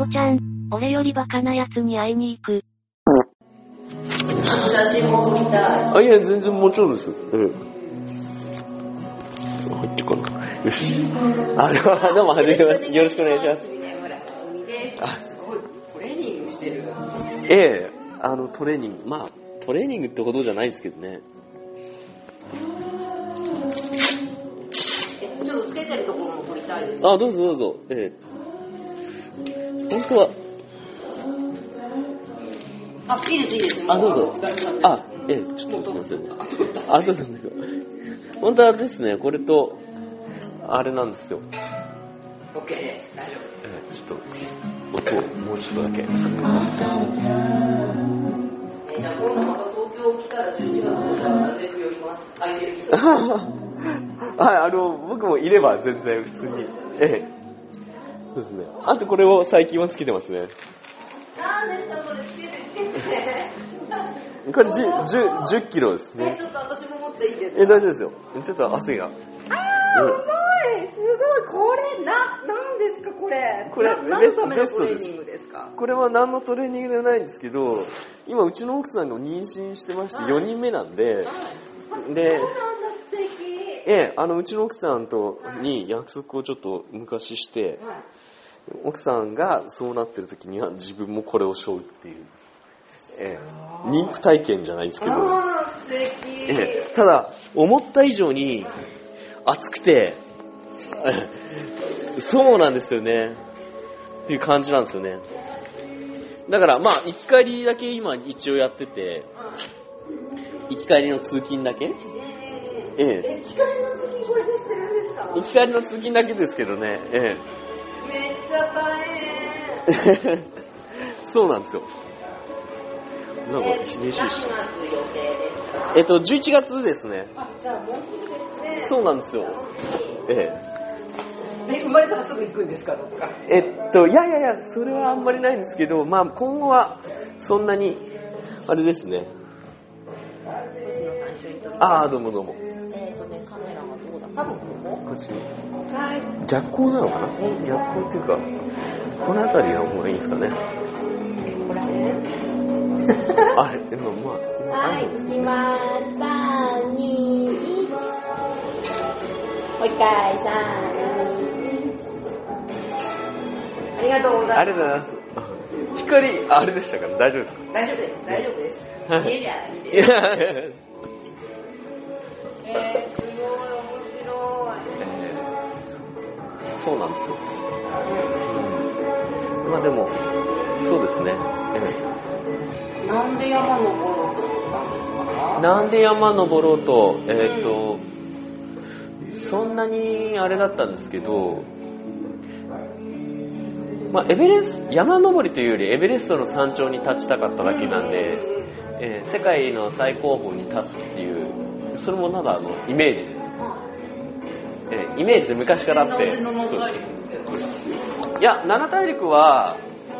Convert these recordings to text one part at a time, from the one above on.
ちゃん、俺よりバカなやつに会いに行く。 写真も撮りたい。 あ、いや、全然もちろんです。入ってこない。よし。どうも、はじめまして。よろしくお願いします。 すごい、トレーニングしてる。 トレーニング。まあ、トレーニングってほどじゃないですけどね。 ちょっとつけてるところも撮りたいです。 あ、どうぞどうぞ。本当は。 あ、いいですいいです。 あ、どうぞ。あ、ちょっとすみません。あ、どうぞ。本当はですね、これと、あれなんですよ。 OK です。大丈夫。 ちょっと、音をもうちょっとだけ。 じゃあ今度また東京来たら11月10日なるべく寄ります。空いてる人。 はい、僕もいれば全然普通に。そうですね。あとこれを最近はつけてますね。 何ですかそれつけて。 これ10キロですね。 ちょっと私も持っていいですか？ 大丈夫ですよ。ちょっと汗が。 うまい、すごい。これ何ですかこれ。何のためのトレーニングですか？ これは何のトレーニングではないんですけど、今うちの奥さんが妊娠してまして4人目なんで、で、 そうなんだ、素敵。 うちの奥さんに約束をちょっと昔して、奥さんがそうなってる時には自分もこれを背負うっていう、妊婦体験じゃないですけど、 素敵。 ただ思った以上に暑くてそうなんですよねっていう感じなんですよね。だからまあ行き帰りだけ今一応やってて、行き帰りの通勤だけ、 行き帰りの通勤これでしてるんですか？ 行き帰りの通勤だけですけどね。 めっちゃ大変。 そうなんですよ。なんか何月予定ですか ？11月ですね。 あ、じゃあもうすぐですね。 そうなんですよ。 生まれたらすぐ行くんですかどっか？ いや、それはあんまりないんですけど、まあ今後はそんなにあれですね。ああ、どうも。 カメラはどうだ？多分こっち。逆光なのかな？逆光っていうか、この辺りの方がいいんですかね。 こら辺？ あれ、でもまあ。 はい、いきまーす。3、2、1。もう一回、3、2、1。ありがとうございます。 ありがとうございます。光、あれでしたから大丈夫ですか？ 大丈夫です。 はい。 いや。すごい面白い。 そうなんですよ。まあでも、そうですね。 なんで山登ろうと思ったんですか？ なんで山登ろうと、そんなにあれだったんですけど、まあ山登りというよりエベレストの山頂に立ちたかっただけなんで、世界の最高峰に立つっていう、それもただイメージです。イメージで昔からあって。いや、七大陸は、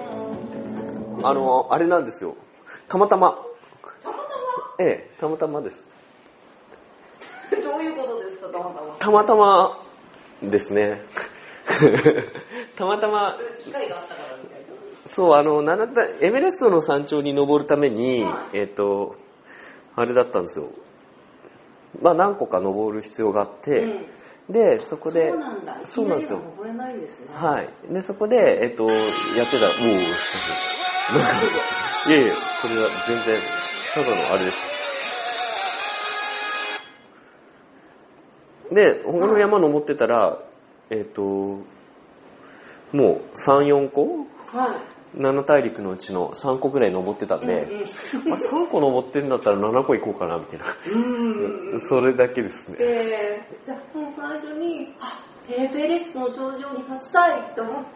あれなんですよ。たまたま。たまたまです。 どういうことですか、たまたま。 たまたまですね。たまたま。 機会があったからみたいな。 そう、エベレストの山頂に登るために、あれだったんですよ。まあ何個か登る必要があって、で、そこで、 そうなんですよ。登れないんですね。 はい。で、そこで、やってた、なんか、いや、これは全然、ただのあれです。で、この山登ってたら、もう3、4個、7大陸のうちの3個ぐらい登ってたんで、3個登ってるんだったら7個行こうかな、みたいな。それだけですね。 じゃあ、もう最初に、エベレストの頂上に立ちたいと思って、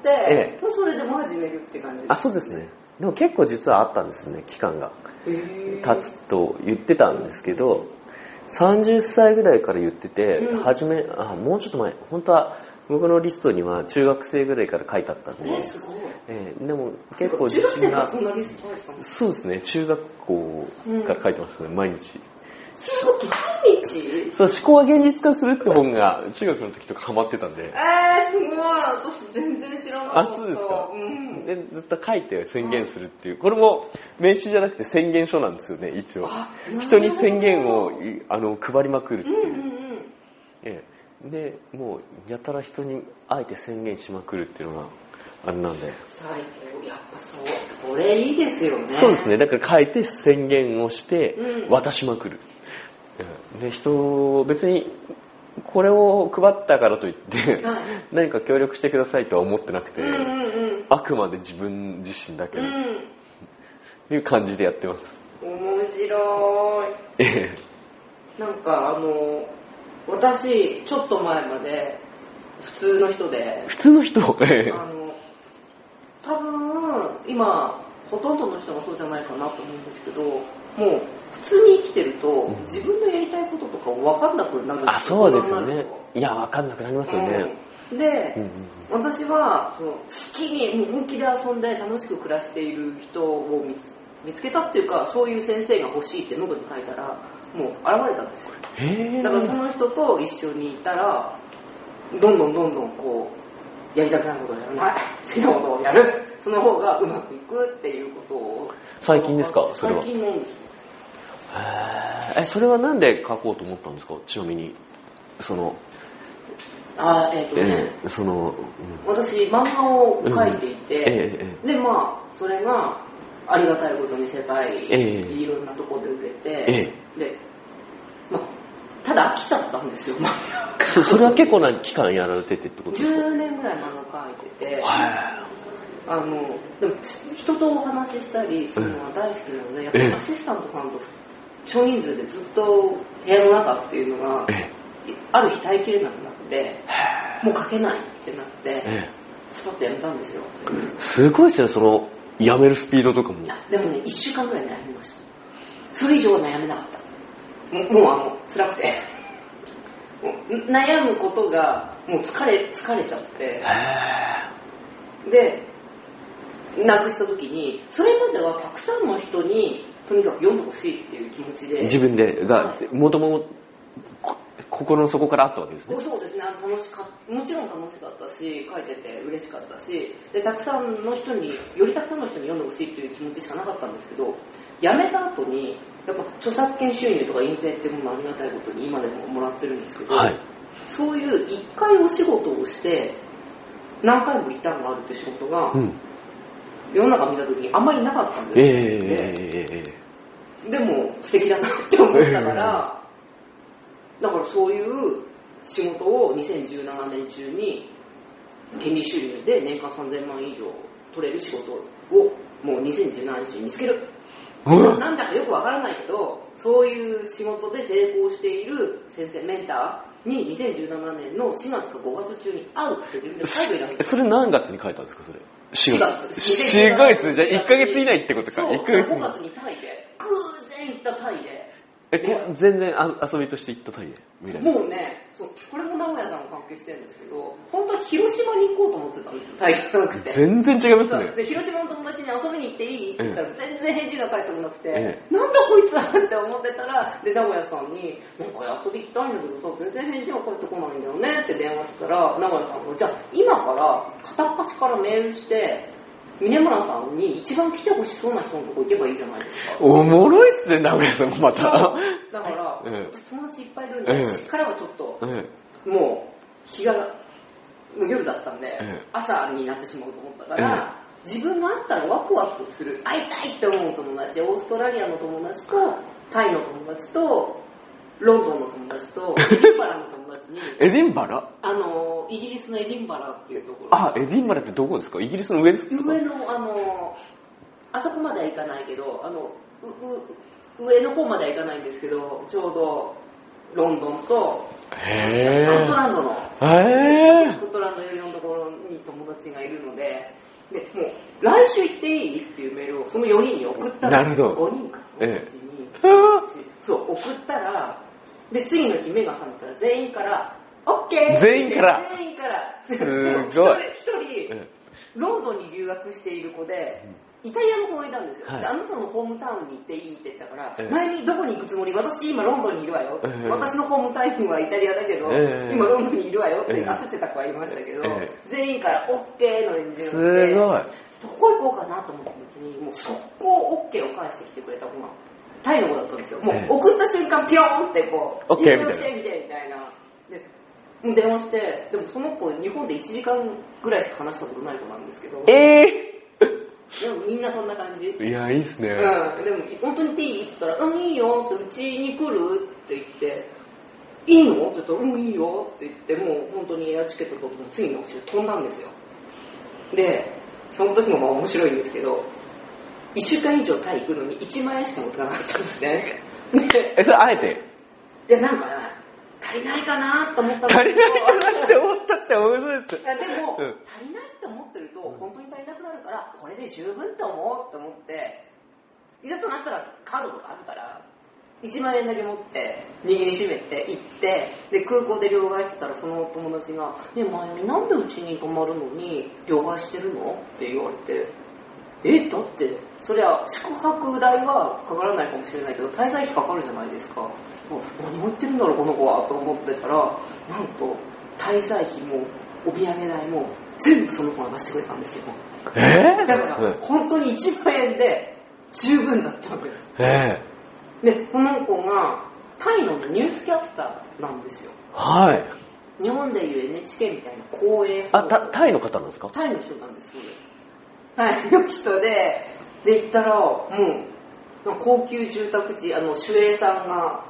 それでも始めるって感じですか？ そうですね。でも結構実はあったんですよね、期間が。立つと言ってたんですけど、30歳ぐらいから言ってて、もうちょっと前、本当は僕のリストには中学生ぐらいから書いてあったんで、 すごい。 でも結構中学生からそんなリスト書いてたんですか？ そうですね、中学校から書いてましたね、毎日。 毎日そう、思考は現実化するって本が中学の時とかハマってたんで。 すごい。私全然知らなかった。 そうですか。 うん。 で、ずっと書いて宣言するっていう。これも名刺じゃなくて宣言書なんですよね、一応。人に宣言を配りまくるっていう。 うんうんうん。 で、もうやたら人にあえて宣言しまくるっていうのがあれなんで。 最高。やっぱそれいいですよね。 そうですね。だから書いて宣言をして渡しまくる。で、人別にこれを配ったからといって、はい、何か協力してくださいとは思ってなくて、あくまで自分自身だけです、いう感じでやってます。 面白い。なんか私ちょっと前まで普通の人で、 普通の人多分今ほとんどの人がそうじゃないかなと思うんですけど、もう普通に生きてると、自分のやりたいこととか分かんなくなるんですよ。 そうですよね。いや、分かんなくなりますよね。 で、私は好きにもう本気で遊んで楽しく暮らしている人を見つけたっていうか、そういう先生が欲しいって喉に書いたらもう現れたんですよ。だからその人と一緒にいたらどんどんこうやりたくないことをやらない、好きなことをやる、その方がうまくいくっていうことを。 最近ですか？それは最近なんです。 それはなんで書こうと思ったんですか？ちなみに私漫画を描いていて、でそれがありがたいことに世界いろんなところで売れて、でただ飽きちゃったんですよ。 それは結構な期間やられててってことですか ？10年ぐらい漫画描いてて、でも人とお話ししたりするのは大好きなので、やっぱりアシスタントさんと少人数でずっと部屋の中っていうのがある日耐えきれなくなって、もう描けないってなって、スパッとやめたんですよ。 すごいですね、やめるスピードとかも。 でもね、1週間ぐらい悩みました。それ以上は悩めなかった。もう辛くて、もう悩むことがもう疲れちゃって、でなくした時に、それまではたくさんの人にとにかく読んでほしいっていう気持ちで、 自分でがもともと心の底からあったわけですね。 そうですね。もちろん楽しかったし、書いてて嬉しかったし、でたくさんの人に、よりたくさんの人に読んでほしいっていう気持ちしかなかったんですけど、辞めた後にやっぱ著作権収入とか印税っていうものもありがたいことに今でももらってるんですけど、そういう一回お仕事をして何回もリターンがあるって仕事が、世の中見た時にあんまりなかったんで、でも素敵だなって思ったから、だからそういう仕事を2017年中に権利収入で年間3000万以上取れる仕事をもう2017年中に見つける。なんだかよくわからないけど、そういう仕事で成功している先生、メンターに2017年の4月か5月中に会うって自分で書いていたんです。 それ何月に書いたんですか？それ 4月です。 4月じゃあ1ヶ月以内ってことか。 そう、1ヶ月5月にタイで偶然行ったタイで、 全然遊びとして行ったタイでもうね、これも名古屋さんも関係してるんですけど、本当は広島に行こうと思ってたんですよ、タイじゃなくて。 全然違いますね。 で広島の友達に遊びに行っていいって言ったら、全然返事が返ってこなくて、なんだこいつはって思ってたら、で名古屋さんになんか遊び行きたいんだけどさ、全然返事が返ってこないんだよねって電話したら、名古屋さんがじゃあ今から片っ端からメールして峰村さんに一番来てほしそうな人のとこ行けばいいじゃないですか。 おもろいっすね、名古屋さんもまた。 だから、友達いっぱいいるんで、私からはちょっと、もう日がもう夜だったんで、朝になってしまうと思ったから、自分が会ったらワクワクする、会いたいって思う友達、オーストラリアの友達とタイの友達とロンドンの友達とエディンバラの友達にエディンバラ？ イギリスのエディンバラっていうところ。 エディンバラってどこですか？イギリスの上ですか？ 上のあそこまでは行かないけど、上の方までは行かないんですけど、ちょうどロンドンとスコットランドのスコットランド寄りのところに友達がいるので、もう来週行っていいっていうメールをその4人に送ったら、5人か友達に、そう送ったら、で次の日目が覚めたら全員からオッケー。全員から。すごい。一人ロンドンに留学している子で、 イタリアの子がいたんですよ、 はい、 であなたのホームタウンに行っていいって言ったから、前にどこに行くつもり、私今ロンドンにいるわよ、私のホームタウンはイタリアだけど、今ロンドンにいるわよって焦ってた子はいましたけど、全員から OK の返事をして、 すごいどこ行こうかなと思った時に、もう速攻 OK を返してきてくれた子がタイの子だったんですよ。もう送った瞬間ピローンってこう、 OK みたいな、 みたいなで電話して、でもその子日本で1時間ぐらいしか話したことない子なんですけど、でもみんなそんな感じ。 いや、いいっすね。 うん。でも、本当にいいって言ったら、うん、いいよって、うちに来るって言って、いいのって言ったら、うん、いいよって言って、もう本当にエアチケットと次の週飛んだんですよ。で、その時もまあ面白いんですけど、1週間以上タイ行くのに1万円しか持ってなかったんですね。で、 それあえて？ いや、なんかね、足りないかなと思ったんですけど。 足りないかなって思ったって面白いです。 でも、足りないって思ってると、本当に足りなくなるから、これで十分って思うって思って、いざとなったらカードとかあるから、1万円だけ持って、握りしめて行って、で、空港で両替してたら、その友達が、ねえ、まゆみ、なんでうちに泊まるのに両替してるのって言われて、だって、そりゃ宿泊代はかからないかもしれないけど、滞在費かかるじゃないですか。何を言ってるんだろう、この子は、と思ってたら、なんと、滞在費も、お土産代も、全部その子が出してくれたんですよ。だから、本当に1万円で十分だったわけです。で、その子が、タイのニュースキャスターなんですよ。 はい。 日本でいう NHK みたいな公営放送。タイの方なんですか？ タイの人なんです。タイの人で行ったら、もう、高級住宅地、守衛さんが、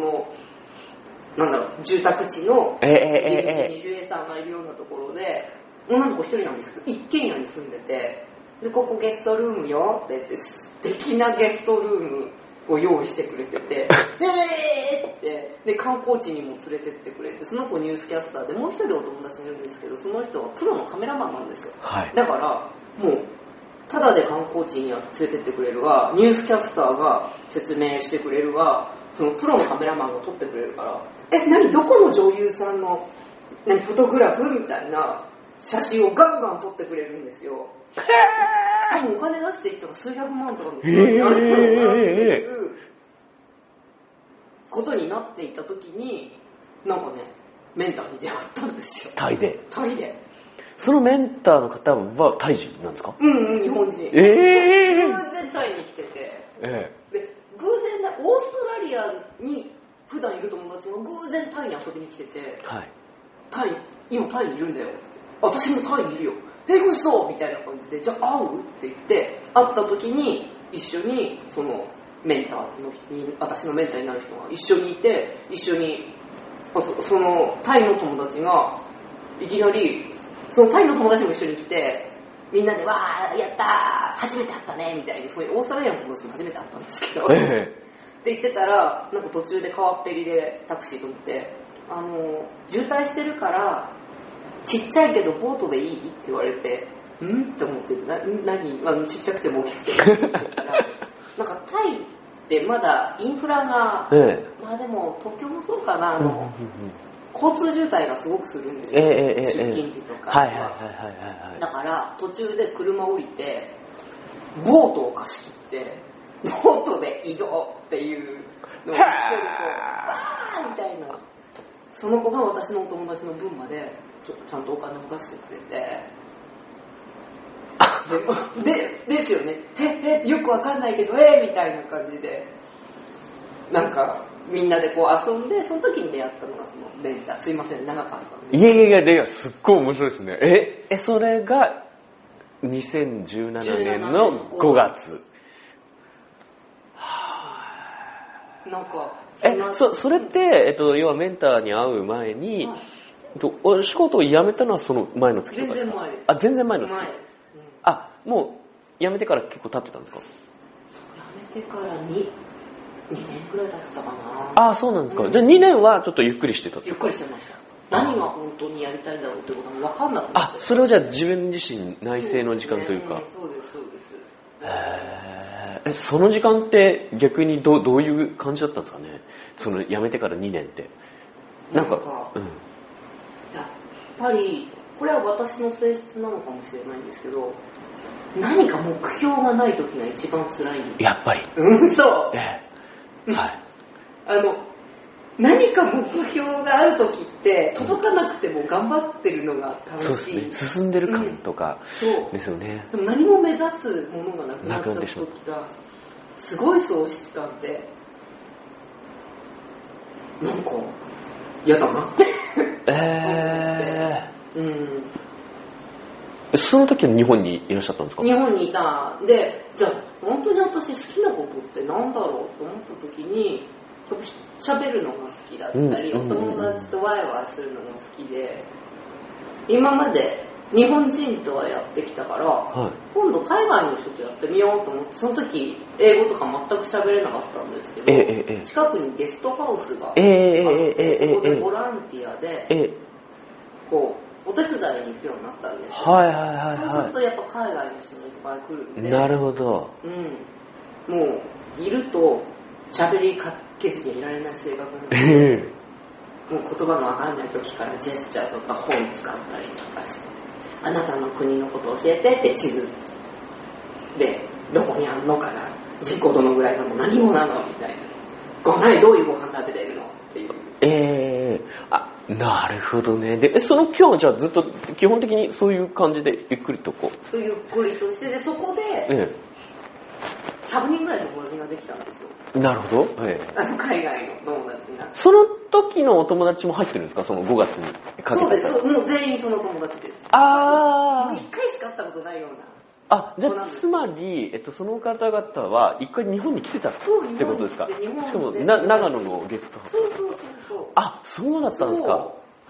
住宅地の入り口に守衛さんがいるようなところで、女の子一人なんですけど、一軒家に住んでて、で、ここゲストルームよって言って、素敵なゲストルームを用意してくれてて、って、で、観光地にも連れてってくれて、その子ニュースキャスターで、もう一人お友達いるんですけど、その人はプロのカメラマンなんですよ。 はい、 だから、もう、ただで観光地に連れてってくれるわ、ニュースキャスターが説明してくれるわ、そのプロのカメラマンが撮ってくれるから、何どこの女優さんのフォトグラフみたいな写真をガンガン撮ってくれるんですよ。多分お金出していったら数百万とかのプロになるのかなっていうことになっていた時に、なんかね、メンターに出会ったんですよ。 タイで。 そのメンターの方はタイ人なんですか？ 日本人。偶然タイに来てて、で偶然ね、オーストラリアに普段いる友達が偶然タイに遊びに来てて、 はい、 今タイにいるんだよ。私もタイにいるよ。嘘みたいな感じで、じゃあ会うって言って、会った時に一緒にそのメンターの私のメンターになる人が一緒にいて、一緒にそのタイの友達がいきなり、そのタイの友達も一緒に来て、みんなでわーやったー初めて会ったねみたいに、そういうオーストラリアの友達も初めて会ったんですけど、って言ってたら、なんか途中で川っぺりでタクシー止めて、渋滞してるからちっちゃいけどボートでいいって言われて、って思って、何ちっちゃくても大きくてもって言ったら、なんかタイってまだインフラが、まあでも東京もそうかな、交通渋滞がすごくするんですよ、出勤時とか。だから途中で車降りてボートを貸し切ってボートで移動っていうのをしてると、わーみたいな、その子が私のお友達の分までちゃんとお金を出してくれて、ですよね、よくわかんないけどみたいな感じで、なんかみんなでこう遊んで、その時に出会ったのがそのメンター。すいません、長かったんです。 いや、すっごい面白いですね。それが2017年の5月。 なんかそれって、要はメンターに会う前に、お仕事を辞めたのはその前の月とかですか？全然前の月。もう辞めてから結構経ってたんですか？ 辞めてから2年くらい経ってたかな。 そうなんですか。じゃあ2年はちょっとゆっくりしてた。 ゆっくりしてました。何が本当にやりたいんだろうってことが分かんなくなって。 それをじゃあ自分自身内省の時間というか。 そうです。 その時間って逆にどういう感じだったんですかね？その辞めてから2年って。 なんか、やっぱりこれは私の性質なのかもしれないんですけど、 何か目標がない時が一番辛い。 やっぱり。 そう。はい。何か目標がある時って届かなくても頑張ってるのが楽しい。そうですね。進んでる感とかですよね。 でも何も目指すものがなくなっちゃった時がすごい喪失感で、なんか嫌だなって。 その時は日本にいらっしゃったんですか？ 日本にいた。で、じゃあ本当に私好きなことってなんだろうと思った時に、喋るのが好きだったり、お友達とワイワイするのが好きで、今まで日本人とはやってきたから、はい、今度海外の人とやってみようと思って、その時英語とか全く喋れなかったんですけど、近くにゲストハウスがあって、そこでボランティアで、こうお手伝いに行くようになったんですよ。そうするとやっぱ海外の人がいっぱい来るんで。 なるほど。 もういると喋りかけずにいられない性格なので、もう言葉がわかんない時からジェスチャーとか本使ったりとかして、あなたの国のことを教えてって地図でどこにあんのかな、人口どのぐらいなの、何語なのみたいな、どういうご飯食べてるのっていう。 なるほどね。で、その今日はじゃあずっと基本的にそういう感じでゆっくりとこう。 ゆっくりとして、でそこで、100人ぐらい友達ができたんですよ。 なるほど。 海外の友達が。 その時のお友達も入ってるんですか？その5月にかけて。 そうです。もう全員その友達です。1回しか会ったことないような。 じゃあつまり、その方々は一回日本に来てたってことですか？しかも長野のゲストハウス。そうだったんですか。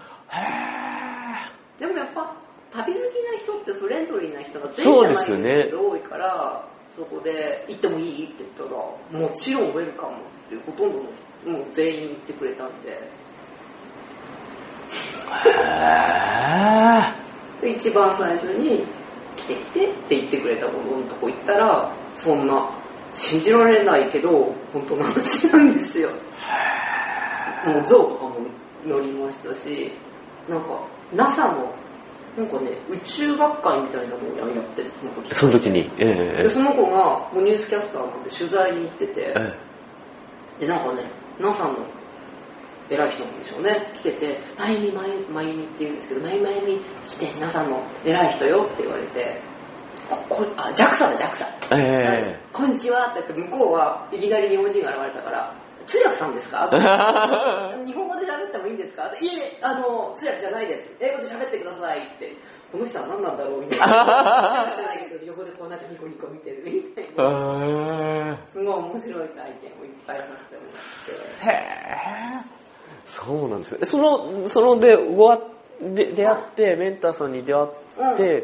でもやっぱ旅好きな人ってフレンドリーな人が全員じゃないんですけど多いから、そこで行ってもいいって言ったら、もちろんウェルカムってほとんどのもう全員言ってくれたんで。一番最初に来てって言ってくれたもののとこ行ったら、そんな信じられないけど本当の話なんですよ。もう象とかも乗りましたし、なんか NASA のなんかね、宇宙学会みたいなのをやってて、 その時に、 でその子がもうニュースキャスターなんで取材に行ってて、でなんかね NASA の偉い人なんでしょうね、来てて、まゆみって言うんですけど、まゆみ来て NASA の偉い人よって言われて、JAXA だ JAXA、こんにちはって言って、向こうはいきなり日本人が現れたから、通訳さんですか？日本語で喋ってもいいんですか？いえ、通訳じゃないです。英語で喋ってくださいって。この人は何なんだろうみたいな。知らないけど、横でこうなんかニコニコ見てるみたいな。すごい面白い体験をいっぱいさせてもらって。 そうなんですね。そので出会って、メンターさんに出会って、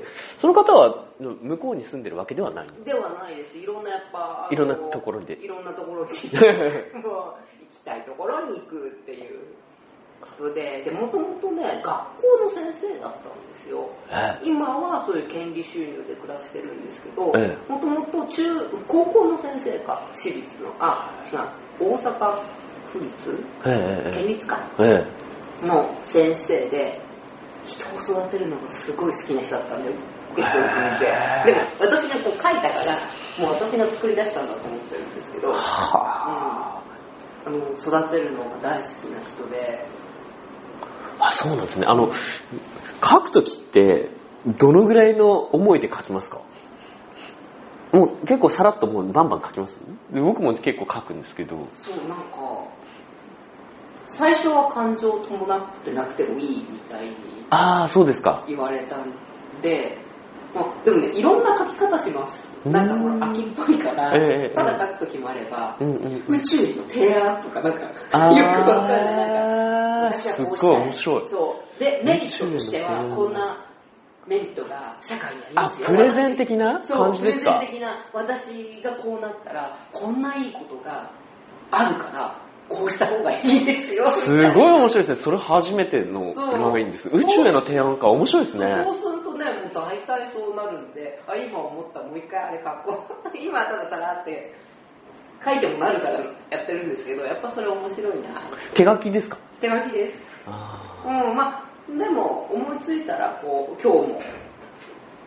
その方は向こうに住んでるわけではない？ ではないです。いろんなところにもう行きたいところに行くっていう人で、もともとね、学校の先生だったんですよ。今はそういう権利収入で暮らしてるんですけど、もともと高校の先生か、私立の、大阪府立、県立か、の先生で、人を育てるのがすごい好きな人だったんで、ゲストの先生。でも私がこう書いたから、もう私が作り出したんだと思ってるんですけど、育てるのが大好きな人で。 そうなんですね。書くときってどのぐらいの思いで書きますか？もう結構さらっともうバンバン書きます？僕も結構書くんですけど。 そう、なんか最初は感情伴ってなくてもいいみたいにそうですか。 言われたんで、でもね、いろんな書き方します。なんかほら秋っぽいから、ただ書くときもあれば、宇宙への提案とかなんかよくわかんない、なんか私はこうしたい。 すっごい面白い。 そうで、メリットとしてはこんなメリットが社会にありますよ。 プレゼン的な感じですか？ プレゼン的な、私がこうなったらこんないいことがあるからこうした方がいいですよ。 すごい面白いですね。それ初めてののがいいんです。宇宙への提案か面白いですね。 そうするとね、もう大体そうなるんで、今思ったもう一回あれ書こう。今ただたらって書いてもなるからやってるんですけど、やっぱそれ面白いな。 手書きですか？ 手書きです。でも思いついたらこう今日も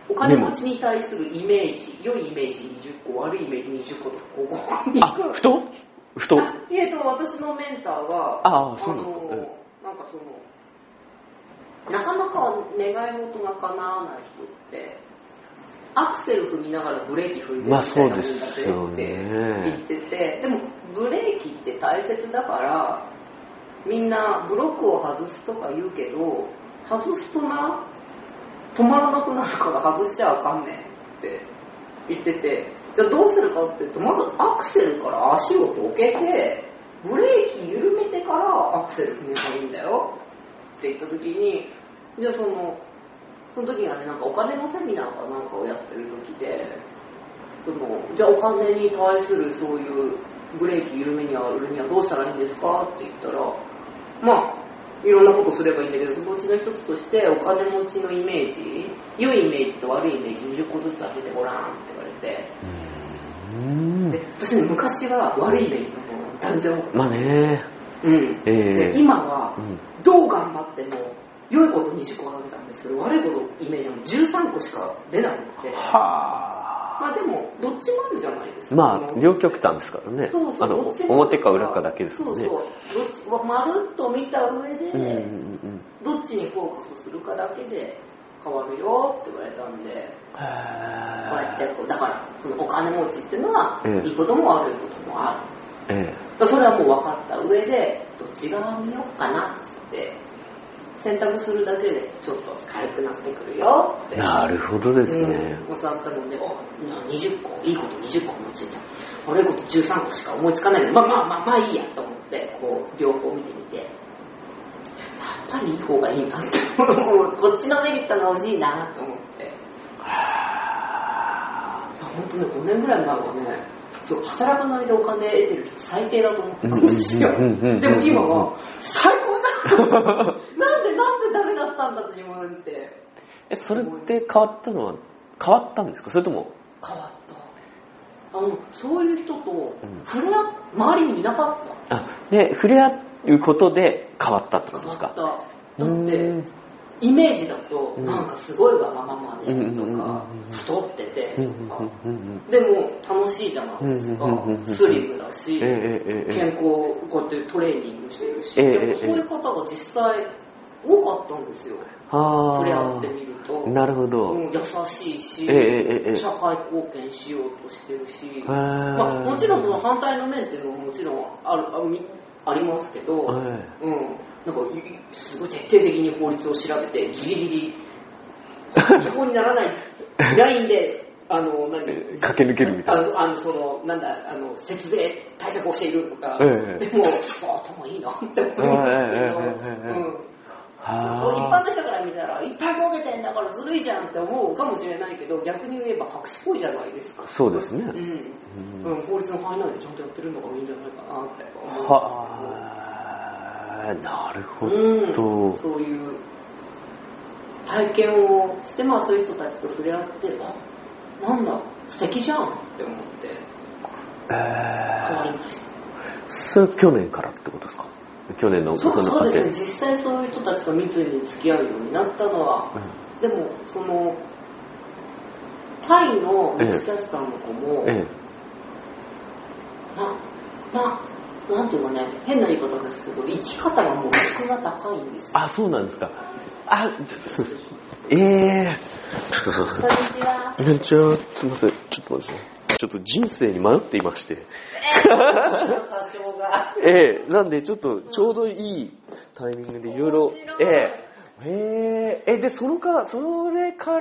お金持ちに対するイメージ、良いイメージ20個、悪いイメージ20個とかここにあ、ふと私のメンターが、なんかその、なかなか願い事が叶わない人って、アクセル踏みながらブレーキ踏んでるみたいなもんだぜって言ってて、でもブレーキって大切だから、みんなブロックを外すとか言うけど、外すとな、止まらなくなるから外しちゃあかんねんって言ってて、じゃあどうするかっていうと、まずアクセルから足をどけて、ブレーキ緩めてからアクセル踏めばいいんだよって言った時に、じゃあその時がね、なんかお金のセミナーかなんかをやってる時で、じゃあお金に対するそういうブレーキ緩めにはどうしたらいいんですかって言ったら、まあいろんなことすればいいんだけど、そのうちの一つとしてお金持ちのイメージ、良いイメージと悪いイメージ20個ずつ当ててごらんって言われて、で私ね、昔は悪いイメージの方が断然多かった。 まあね、 で今はどう頑張っても良いこと20個かけたんですけど、悪いことイメージは13個しか出ないので、まあでもどっちもあるじゃないですか。 まあ両極端ですからね。 そうそう、 表か裏かだけですもんね。 そうそう、まるっと見た上で、どっちにフォーカスするかだけで変わるよって言われたんで、こうやってだからそのお金持ちっていうのは、いいことも悪いこともある。それはもう分かった上で、どっち側見ようかなって選択するだけでちょっと軽くなってくるよって。 なるほどですね。 教わったので、20個、いいこと20個思いついた。悪いこと13個しか思いつかないけど、まあいいやと思って、こう、両方見てみて、やっぱりいい方がいいなって思う。こっちのメリットが欲しいなと思って。本当ね、5年ぐらい前はね、働かないでお金得てる人最低だと思ってたんですよ。でも今は最高じゃん。なんでダメだったんだって自分って。 それって変わったんですか？それとも変わった。そういう人と周りにいなかった。 で触れ合うことで変わったってことですか？ 変わった。だってイメージだとなんかすごいわがままでとか太っててとか、でも楽しいじゃないですか。スリムだし、健康こうやってトレーニングしてるし、そういう方が実際多かったんですよ。触れ合ってみると。 なるほど。 優しいし、社会貢献しようとしてるし、もちろんその反対の面っていうのももちろんありますけど、なんかすごい徹底的に法律を調べてギリギリ違法にならないラインで駆け抜けるみたいな。 節税対策をしているとか、でも頭いいなって思うんですけど、一般の人から見たらいっぱい儲けてんだからずるいじゃんって思うかもしれないけど、逆に言えば隠しっぽいじゃないですか。 そうですね。 法律の範囲内でちゃんとやってるのがいいんじゃないかなって思うんですけど。 なるほど。 そういう体験をして、そういう人たちと触れ合って、なんだ素敵じゃんって思って変わりました。 それ去年からってことですか？去年のそうですね。実際そういう人たちと密に付き合うようになったのは、でもそのタイのミスキャスターの子も、なんていうかね、変な言い方ですけど、生き方がもう質が高いんですよ。 そうなんですか。 こんにちは。 こんにちは。すみません。ちょっと待ってね。ちょっと人生に迷っていまして。 社長が。 なんでちょっとちょうどいいタイミングでいろいろ。で、それから、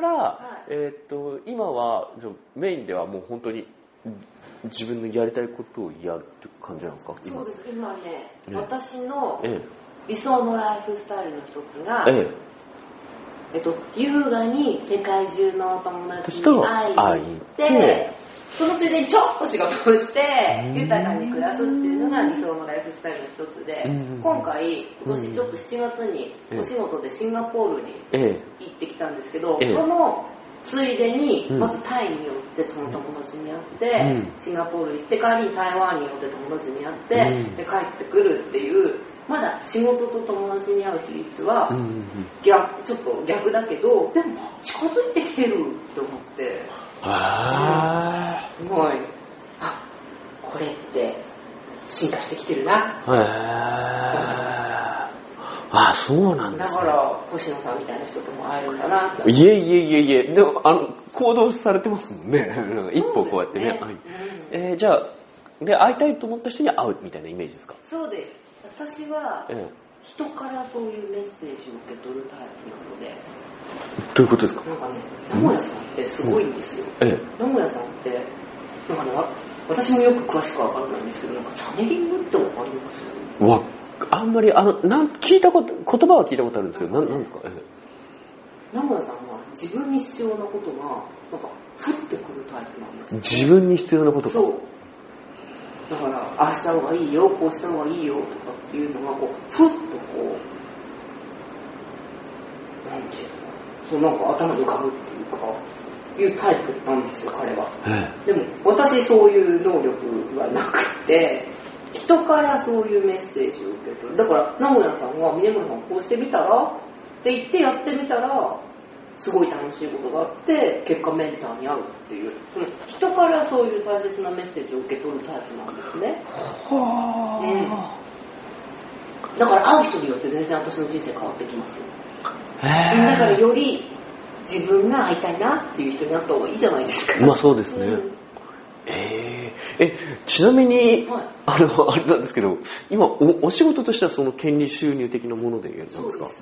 今はメインではもう本当に自分のやりたいことをやるって感じなんですか？ そうです。今ね、私の理想のライフスタイルの一つが、優雅に世界中のお友達に会いに行って、そのついでにちょっと仕事をして豊かに暮らすっていうのが理想のライフスタイルの一つで、今年ちょっと7月にお仕事でシンガポールに行ってきたんですけど、そのついでにまずタイに寄ってその友達に会って、シンガポール行って帰りに台湾に寄って友達に会って、で帰ってくるっていうまだ仕事と友達に会う比率は、ちょっと逆だけど、でも近づいてきてるって思って、すごい、これって進化してきてるな。 そうなんですね。 だから星野さんみたいな人とも会えるんだなって。 いえ、でも行動されてますもんね。一歩こうやってね。じゃあで会いたいと思った人に会うみたいなイメージですか？ そうです。私は、人からそういうメッセージを受け取るタイプなので。 どういうことですか？ なんかね、名古屋さんってすごいんですよ。名古屋さんってなんかね、私もよく詳しくわからないんですけど、なんかチャネリングってわかります？ あんまり聞いたこと、言葉は聞いたことあるんですけど、なんですか？ 名古屋さんは自分に必要なことがなんか降ってくるタイプなんです。 自分に必要なことか。 そう。だからああした方がいいよ、こうした方がいいよとかっていうのがこうふっとこうなんていうのか、そうなんか頭に浮かぶっていうかいうタイプなんですよ、彼は。でも私そういう能力はなくて、人からそういうメッセージを受け取る。だから名古屋さんは峰村さんこうしてみたらって言ってやってみたらすごい楽しいことがあって結果メンターに会うっていう、人からそういう大切なメッセージを受け取るタイプなんですね。だから会う人によって全然私の人生変わってきますよ。だからより自分が会いたいなっていう人になった方がいいじゃないですか。 まあそうですね。ちなみに、あれなんですけど、今 お仕事としてはその権利収入的なものでやるんですか？ そうです。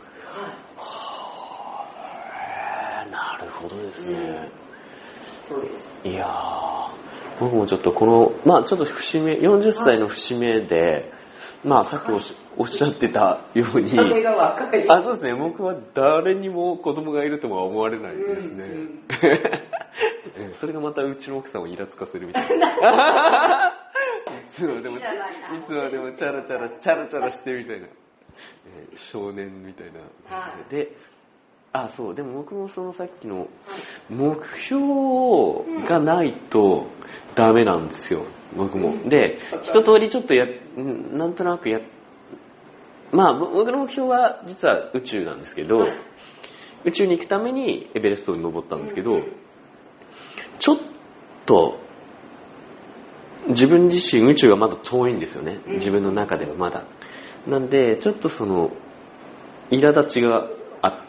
なるほどですね。 そうです。 いやー、僕もちょっとこの、ちょっと節目、40歳の節目で、さっきおっしゃってたように、 そうですね、僕は誰にも子供がいるとは思われないですね。それがまたうちの奥さんをイラつかせるみたいな。いつまでもチャラチャラしてみたいな。少年みたいな。で、でも僕もそのさっきの目標がないとダメなんですよ、僕も。で、一通りちょっとなんとなく僕の目標は実は宇宙なんですけど、宇宙に行くためにエベレストに登ったんですけど、ちょっと自分自身宇宙がまだ遠いんですよね、自分の中ではまだ。なんでちょっとその苛立ちがあって、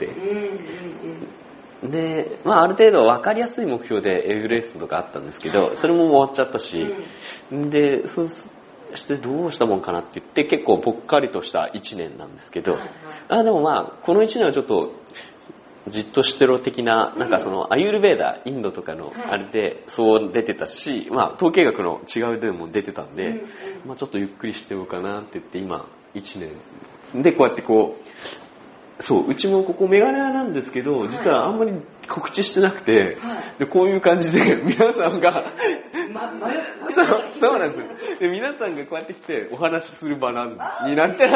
で、ある程度分かりやすい目標でエベレストとかあったんですけど、それも終わっちゃったし、でそうしてどうしたもんかなって言って結構ぽっかりとした1年なんですけど、でもこの1年はちょっとじっとしてろ的な、なんかそのアユールベーダ、インドとかのあれでそう出てたし、統計学の違うでも出てたんで、ちょっとゆっくりしてようかなって言って今1年でこうやってうちもここメガネ屋なんですけど、実はあんまり告知してなくて、でこういう感じで皆さんがそうなんですよ。で皆さんがこうやって来てお話しする場になって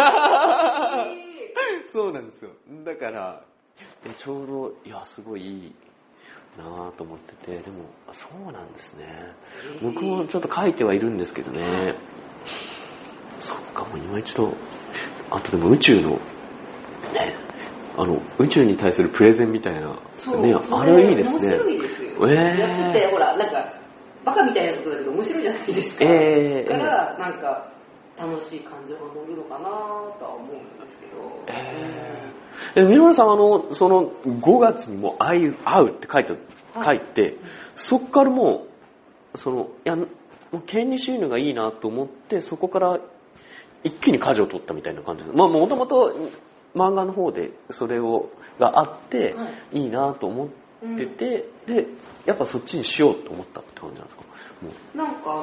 そうなんですよ。だからちょうどすごいいいなぁと思ってて、でもそうなんですね。僕もちょっと書いてはいるんですけどね。そっか、もう今一度あとでも宇宙のね、宇宙に対するプレゼンみたいなね、あれはいいですね。 面白いですよ。やっててほらなんかバカみたいなことだけど面白いじゃないですか。だからなんか楽しい感情が乗るのかなとは思うんですけど。 三村さんその5月にも会うって書いて、そこからもうもう権利収入がいいなと思ってそこから一気に舵を取ったみたいな感じです。もともと漫画の方でそれがあっていいなと思ってて、でやっぱそっちにしようと思ったって感じなんですか？ なんか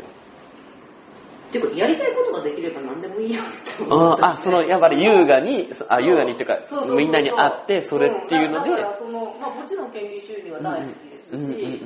っていうかやりたいことができれば何でもいいやって思った。 やっぱり優雅にっていうかみんなに会ってそれっていうので、 だからもちろん権利収入は大好きですし、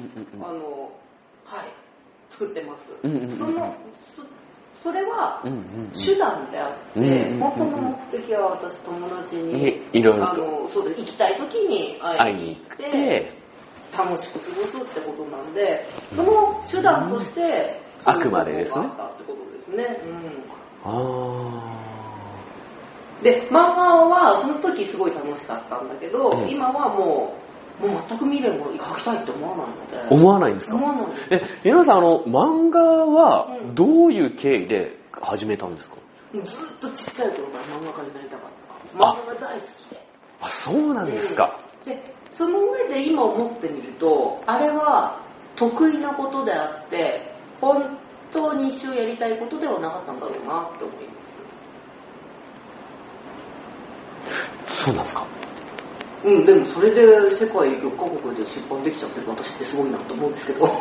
作ってます。それは手段であって、本当の目的は私友達にいろいろと行きたい時に会いに行って楽しく過ごすってことなんで、その手段としてあくまでですね。 ってことですね。 で、漫画はその時すごい楽しかったんだけど、今はもう全く見れば描きたいって思わないので。 思わないんですか？ 思わないです。 皆さん、漫画はどういう経緯で始めたんですか？ ずっとちっちゃい頃から漫画家になりたかった。漫画が大好きで。 あ、そうなんですか。 で、その上で今思ってみると、あれは得意なことであって、本当に一生やりたいことではなかったんだろうなって思います。 そうなんですか。 でもそれで世界6カ国で出版できちゃってる私ってすごいなと思うんですけど。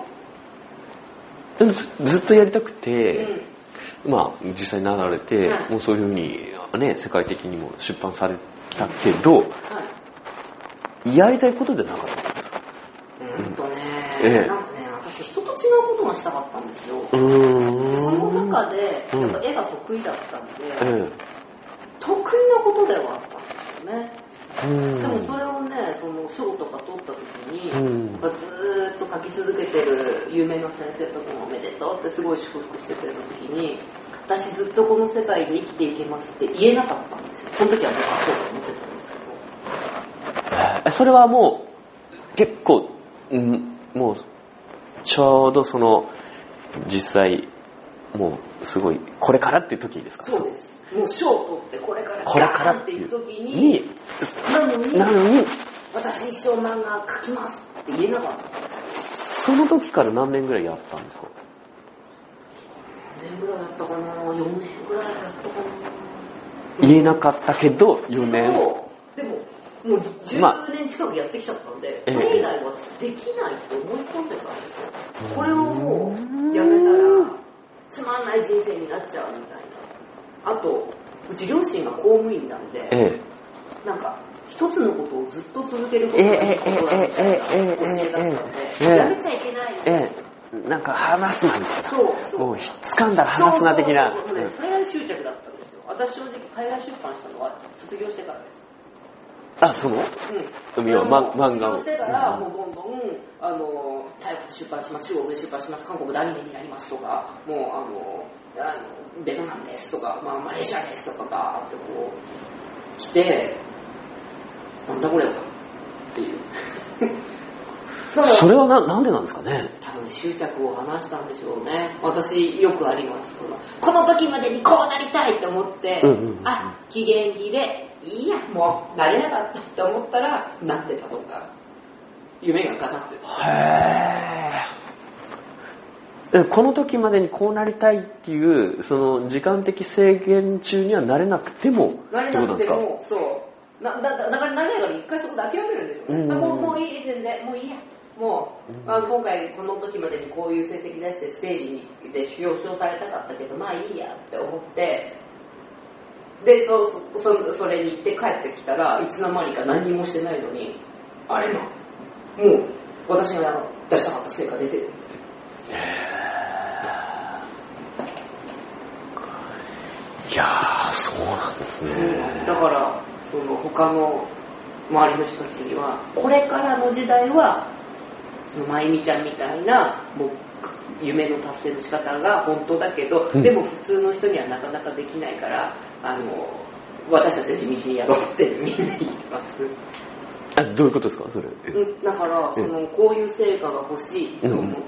でもずっとやりたくて、実際になられて、もうそういうふうにね、世界的にも出版されたけど、やりたいことでなかったんですか？ なんかね、私人と違うことがしたかったんですよ。その中で、やっぱ絵が得意だったんで、得意なことではあったんですよね。でもそれをね、その賞とか取った時に、ずーっと描き続けてる有名な先生とかもおめでとうってすごい祝福してくれた時に、私ずっとこの世界で生きていけますって言えなかったんですよ。その時は僕はそうだと思ってたんですけど。 それはもう結構、もうちょうどその実際もうすごいこれからっていう時ですか？ そうです。もう賞を取ってこれからっていう時に、なのに私一生漫画描きますって言えなかった。 その時から何年ぐらいやったんですか？ 何年ぐらいやったかな、4年ぐらいやったかな。 言えなかったけど4年。 でももう10年近くやってきちゃったんで、これ以外はできないと思い込んでたんですよ。これをもうやめたらつまんない人生になっちゃうみたいな。あとうち両親が公務員なんで、なんか一つのことをずっと続けることがいいことだみたいな教えだったんで、やめちゃいけないみたいな。 なんか話すなみたいな。 そう。 もう掴んだら話すな的な。 それが執着だったんですよ。私正直海外出版したのは卒業してからです。 そう漫画を卒業してからもうどんどん台湾で出版します、中国で出版します、韓国でアニメになりますとか、もうベトナムですとか、マレーシアですとかがってこう来て、なんだこれはっていう。 それはなんでなんですかね。 多分執着を離したんでしょうね。私よくあります。この時までにこうなりたいって思って、期限切れいいやもうなれなかったって思ったらなってたとか、夢が叶ってた。 この時までにこうなりたいっていうその時間的制限中にはなれなくてもなれなくてもそうだからなれないから一回そこで諦めるんですよね。もういい、全然もういいや、もう今回この時までにこういう成績出してステージで表彰されたかったけどいいやって思って、でそれに行って帰ってきたらいつの間にか何もしてないのに、あれもう私が出したかった成果出てる。 いやー、そうなんですね。 だからその他の周りの人たちには、これからの時代はそのまゆみちゃんみたいなもう夢の達成の仕方が本当だけど、でも普通の人にはなかなかできないから、私たちは地道にやろうってみんな言います。 どういうことですかそれ？ だからこういう成果が欲しいと思って、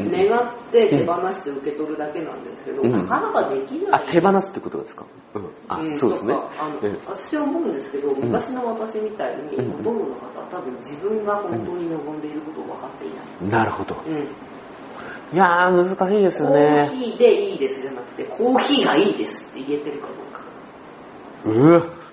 願って手放して受け取るだけなんですけど、なかなかできない。 手放すってことですか？そうですね。 私は思うんですけど、昔の私みたいにほとんどの方は多分自分が本当に望んでいることを分かっていない。 なるほど。いやー、難しいですよね。 コーヒーでいいですじゃなくて、コーヒーがいいですって言えてるかどうか。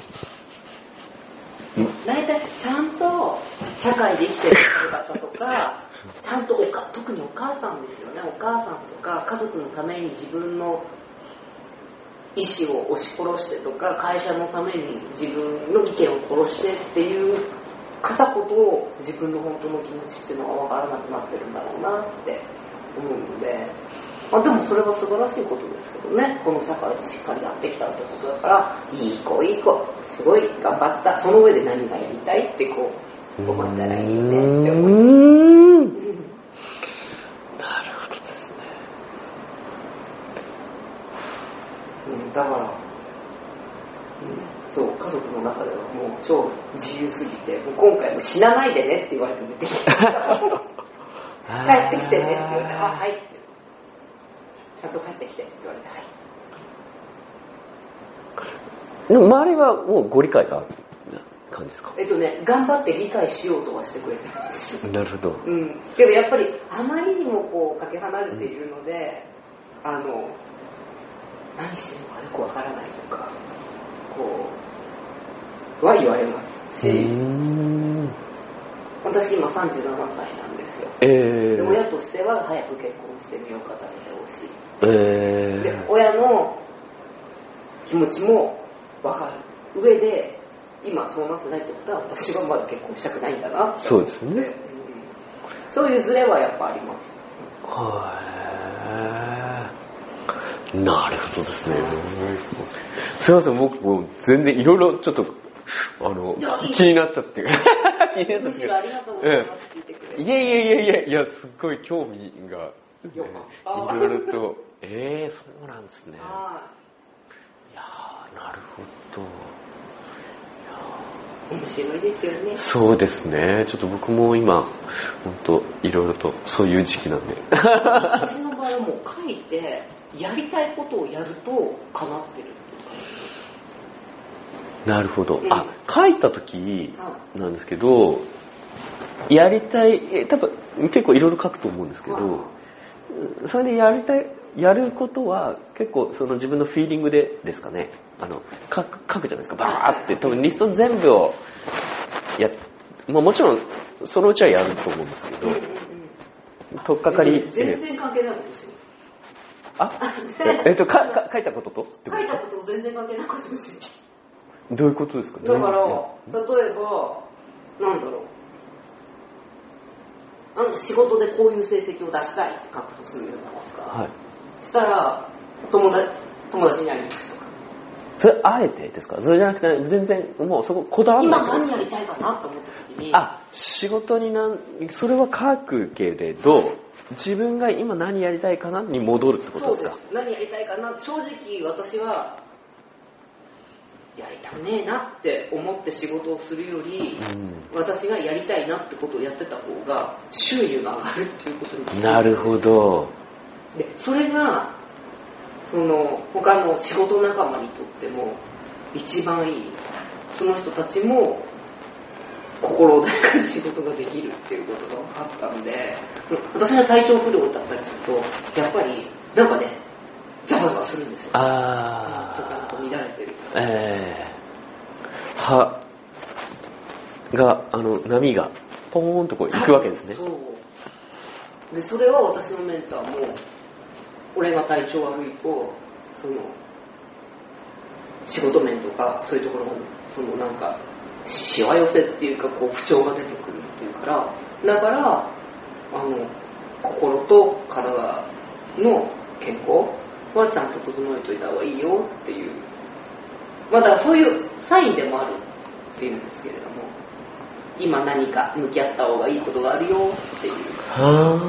大体ちゃんと社会で生きてる方とか、ちゃんと特にお母さんですよね。お母さんとか家族のために自分の意思を押し殺してとか、会社のために自分の意見を殺してっていう方ほど自分の本当の気持ちっていうのが分からなくなってるんだろうなって思うので、でもそれは素晴らしいことですけどね。この社会でしっかりやってきたってことだから、いい子すごい頑張った、その上で何がやりたいってこう思ったらいいよねって思います。 なるほどですね。 だからそう家族の中ではもう超自由すぎて、もう今回も死なないでねって言われて出てきて帰ってきてねって言われて、あ、はいって、ちゃんと帰ってきてって言われて、はい。 でも周りはもうご理解が感じですか？ 頑張って理解しようとはしてくれてます。 なるほど。 けどやっぱりあまりにもこうかけ離れているので、何してるのかよくわからないとか、こうは言われますし、私今37歳なんですよ。で親としては早く結婚してみようかと思ってほしい。で親の気持ちもわかる上で、今そうなってないってことは私はまだ結婚したくないんだなって。 そうですね。 そういうズレはやっぱあります。 なるほどですね。すいません、僕も全然いろいろちょっと気になっちゃってむしろありがとうございます、聞いてくれて。 いやすっごい興味がいろいろとそうなんですね。いやなるほど。 面白いですよね。 そうですね。ちょっと僕も今本当いろいろとそういう時期なんで。 私の場合はもう書いてやりたいことをやると叶ってるっていう感じ。なるほど。書いた時なんですけど、やりたい多分結構いろいろ書くと思うんですけど、それでやることは結構その自分のフィーリングですかね。書くじゃないですか、バーって。多分リスト全部をもちろんそのうちはやると思うんですけど、取っかかり。 全然関係ないことします。 書いたことと書いたことと全然関係ないことします。 どういうことですか？ だから例えばなんだろう、仕事でこういう成績を出したいって書くとするじゃないですか。はい。したら友達に会いに行くとか。 それあえてですか？それじゃなくて全然もうそここだわらない。 今何やりたいかなと思った時に。 仕事にそれは書くけれど、自分が今何やりたいかなに戻るってことですか？ そうです。何やりたいかな。正直私はやりたくねえなって思って仕事をするより、私がやりたいなってことをやってた方が収入が上がるっていうことになる。 なるほど。 でそれが他の仕事仲間にとっても一番いい。その人たちも心穏やかに仕事ができるっていうことが分かったんで、私が体調不良だったりするとやっぱりなんかねザワザワするんですよ。とか乱れてる。 歯が波がポーンとこう行くわけですね。 そうでそれは私のメンターも俺が体調悪いと仕事面とかそういうところのなんかしわ寄せっていうかこう不調が出てくるっていうからだから心と体の健康はちゃんと整えといた方がいいよっていう、まだそういうサインでもあるっていうんですけれども、今何か向き合った方がいいことがあるよっていう。 そう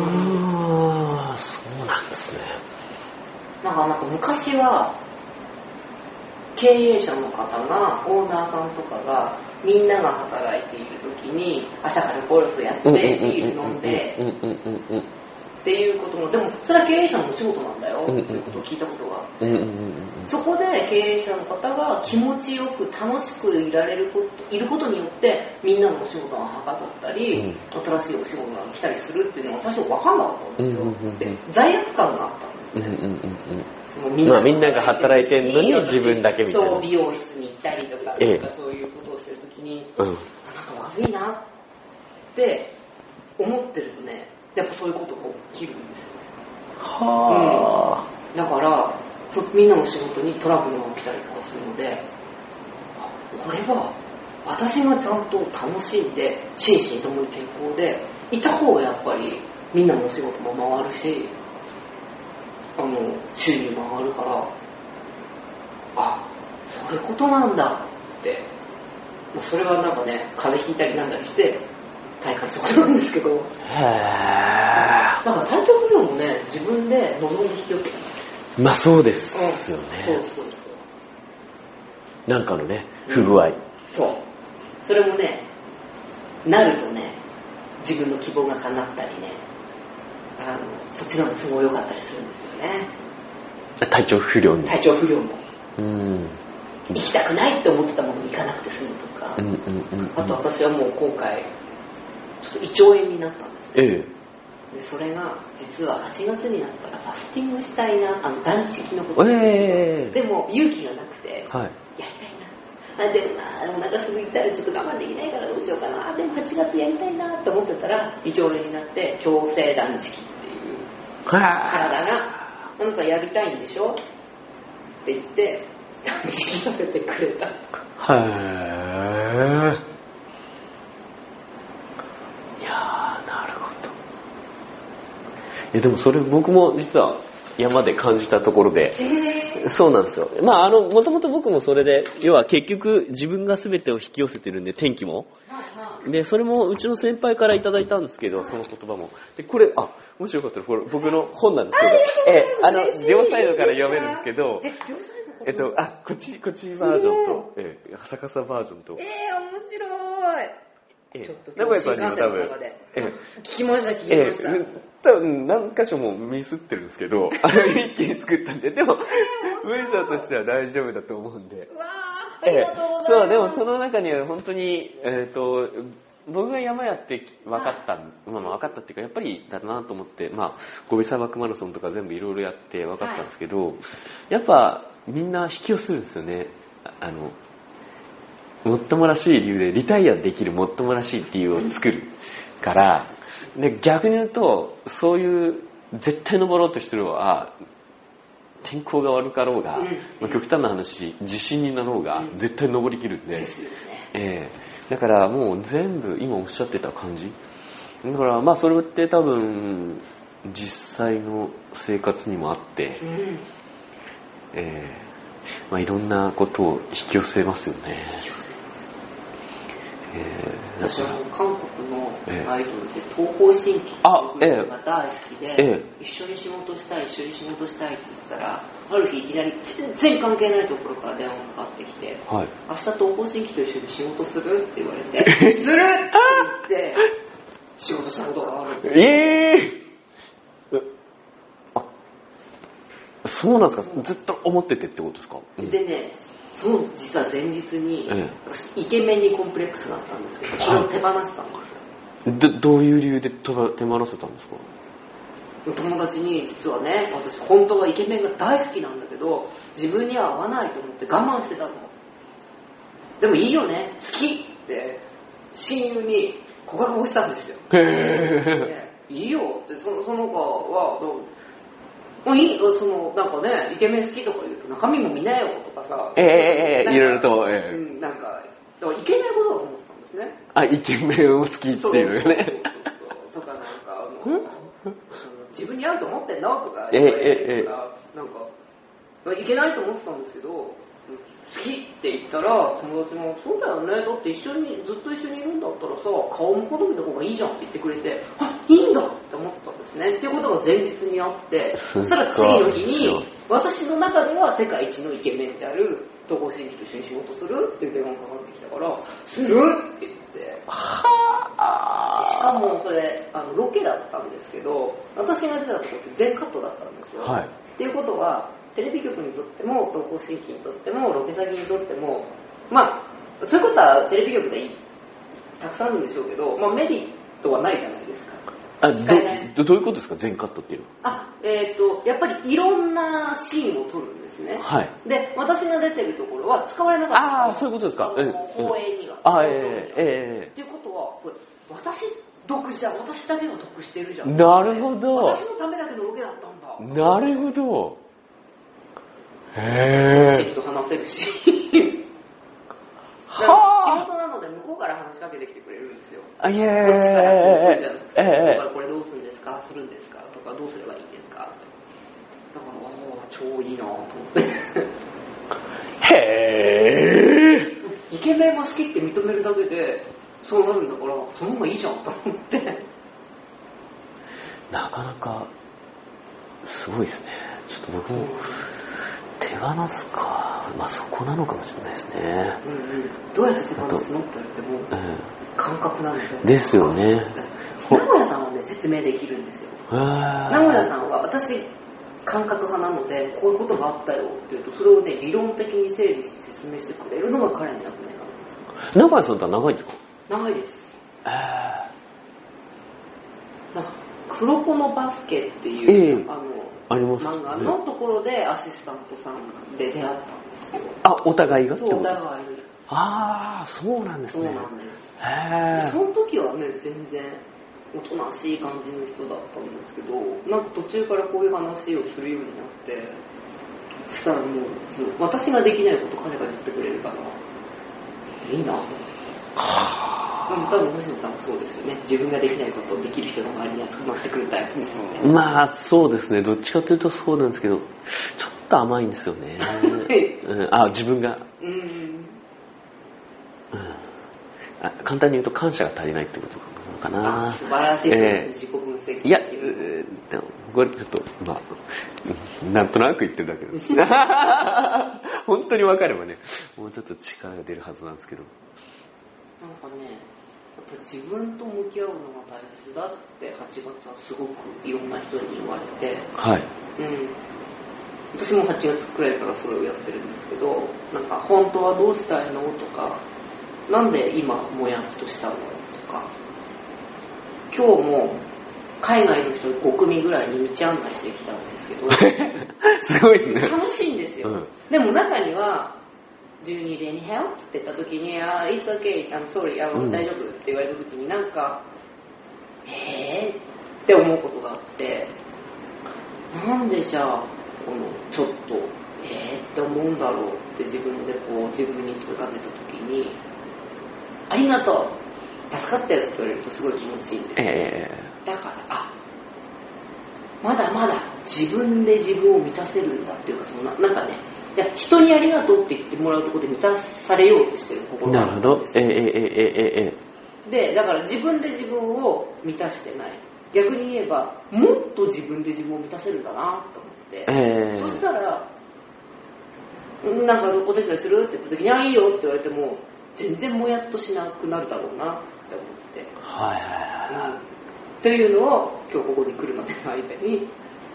なんですね。 なんか昔は経営者の方がオーナーさんとかがみんなが働いている時に朝からゴルフやってビール飲んでっていうことも、でもそれは経営者のお仕事なんだよっていうことを聞いたことがあって、そこで経営者の方が気持ちよく楽しくいることによってみんなのお仕事がはかどったり、新しいお仕事が来たりするっていうのが最初分かんなかったんですよ。で罪悪感があったんですね。 みんなが働いてるのに自分だけみたいな。 そう美容室に行ったりとか、そういうことをするときに、なんか悪いなって思ってるとね、やっぱそういうことが起きるんですよ。だからみんなの仕事にトラブルが起きたりとかするので、これは私がちゃんと楽しんで心身ともに健康でいた方がやっぱりみんなのお仕事も回るし、収入も上がるから、そういうことなんだって、それはなんかね、風邪ひいたりなんだりして体感したことなんですけど、だから体調不良もね、自分で望んで引き寄せた。 そうですよね。 そう。 なんかのね、不具合。 そう。それもね、なるとね、自分の希望が叶ったりね、そっちの方が都合良かったりするんですよね。 体調不良に。 体調不良も。 行きたくないって思ってたものに行かなくて済むとか。あと私はもう今回、ちょっと胃腸炎になったんですね。でそれが実は8月になったらファスティングしたいな、断食のことで、でも勇気がなくて、やりたいな。でもな、お腹すいたらちょっと我慢できないからどうしようかな。でも8月やりたいなって思ってたら胃腸炎になって強制断食っていう体がなんかやりたいんでしょって言って断食させてくれた。 なるほど。でもそれ僕も実は山で感じたところで、そうなんですよ。もともと僕もそれで、要は結局自分が全てを引き寄せてるんで、天気も。で、それもうちの先輩からいただいたんですけど、その言葉も。で、これ、もしよかったら、これ僕の本なんですけど、両サイドから読めるんですけど、こっちバージョンと、逆さバージョンと。 面白い。ちょっと名古屋さんにも多分、 聞きました。 多分何箇所もミスってるんですけど、一気に作ったんで、でも文章としては大丈夫だと思うんで。 ありがとうございます。 そう、でもその中には本当に僕が山やって分かったっていうか、やっぱりだなと思って、ゴビ砂漠マラソンとか全部いろいろやって分かったんですけど、やっぱみんな引き寄せるんですよね。もっともらしい理由でリタイアできるもっともらしい理由を作るから、で逆に言うとそういう絶対登ろうとしてるのは天候が悪かろうが、極端な話地震になろうが、絶対登りきるんで、だからもう全部今おっしゃってた感じだから、それって多分実際の生活にもあって、いろんなことを引き寄せますよね。 私は韓国のアイドルで東方神起っていうのが大好きで、一緒に仕事したいって言ってたら、ある日いきなり全然関係ないところから電話がかかってきて、明日東方神起と一緒に仕事するって言われて、するって言って仕事したことがあるんです。 そうなんですか。ずっと思っててってことですか。 でね、その実は前日に、イケメンにコンプレックスがあったんですけど、それを手放したんですよ。 どういう理由で手放せたんですか。 友達に実はね、私本当はイケメンが大好きなんだけど、自分には合わないと思って我慢してたの。でもいいよね、好きって親友に告白をしたんですよ。いいよって、その子はなんかね、イケメン好きとか言うと中身も見なよとかさ、 いろいろと、 なんかだからいけないことだと思ってたんですね。 イケメンを好きっていうね。 とかなんか自分に合うと思ってんのとか言われてなんかいけないと思ってたんですけど、好きって言ったら友達もそうだよね、だってずっと一緒にいるんだったらさ、顔も好みの方がいいじゃんって言ってくれて、いいんだって思ったんですね。っていうことが前日にあって、そしたら次の日に私の中では世界一のイケメンである東方神起と一緒に仕事するっていう電話がかかってきたから、するって言って、しかもそれロケだったんですけど、私が出たとこって全カットだったんですよ。っていうことはテレビ局にとっても東方神起にとってもロケ先にとっても、そういうことはテレビ局でたくさんあるんでしょうけど、メリットはないじゃないですか。 どういうことですか、全カットっていうのは。 やっぱりいろんなシーンを撮るんですね。で、私が出てるところは使われなかった。 そういうことですか。 放映には。っていうことは、これ私だけが得してるじゃん。 なるほど。 私のためだけのロケだったんだ。 なるほど。 きちっと話せるし。仕事なので向こうから話しかけてきてくれるんですよ。こっちからこれどうするんですか、するんですかとか、どうすればいいんですか。だから超いいなと思って。イケメンが好きって認めるだけでそうなるんだから、その方がいいじゃんと思って。 なかなかすごいですね。ちょっと僕も手放すか。まあそこなのかもしれないですね。 どうやって手放すのって言われても、感覚なんで。 ですよね。 名古屋さんはね、説明できるんですよ。名古屋さんは、私、感覚派なので、こういうことがあったよって言うと、それをね、理論的に整理して説明してくれるのが彼の役目なんです。 名古屋さんって長いんですか？ 長いです。なんか黒子のバスケっていう、 ありますね、 漫画のところでアシスタントさんで出会ったんですよ。 お互いが？ そう、お互いに。 そうなんですね。 そうなんです。その時はね、全然おとなしい感じの人だったんですけど、なんか途中からこういう話をするようになって、そしたらもう、私ができないこと彼が言ってくれるから、いいなと思って。多分星野さんもそうですよね。自分ができないことをできる人が周りに集まってくるタイプですよね。まあそうですね。どっちかというとそうなんですけど、ちょっと甘いんですよね。自分が。簡単に言うと感謝が足りないってことかな。 素晴らしいですね。自己分析。 いや、でもこれちょっとなんとなく言ってるだけです。本当に分かればね、もうちょっと力が出るはずなんですけど。 なんかね、やっぱ自分と向き合うのが大切だって8月はすごくいろんな人に言われて、私も8月くらいからそれをやってるんですけど、なんか本当はどうしたいのとか、なんで今もやっとしたのとか、今日も海外の人に5組ぐらいに道案内してきたんですけどすごいですね。 楽しいんですよ、でも中にはDo you need any help? って言った時にIt's okay, I'm sorry, 大丈夫って言われた時になんかって思うことがあって、なんでじゃあこのちょっとって思うんだろうって自分でこう自分に問いかけた時にありがとう助かったよって言われるとすごい気持ちいいんで、だからまだまだ自分で自分を満たせるんだっていうか、なんかね、いや人にありがとうって言ってもらうところで満たされようとしてる心があるんですよ。で、だから自分で自分を満たしてない。逆に言えばもっと自分で自分を満たせるんだなと思って、そしたらなんかお手伝いするって言った時にいいよって言われても全然もやっとしなくなるだろうなって思って、っていうのを今日ここに来るまでの間に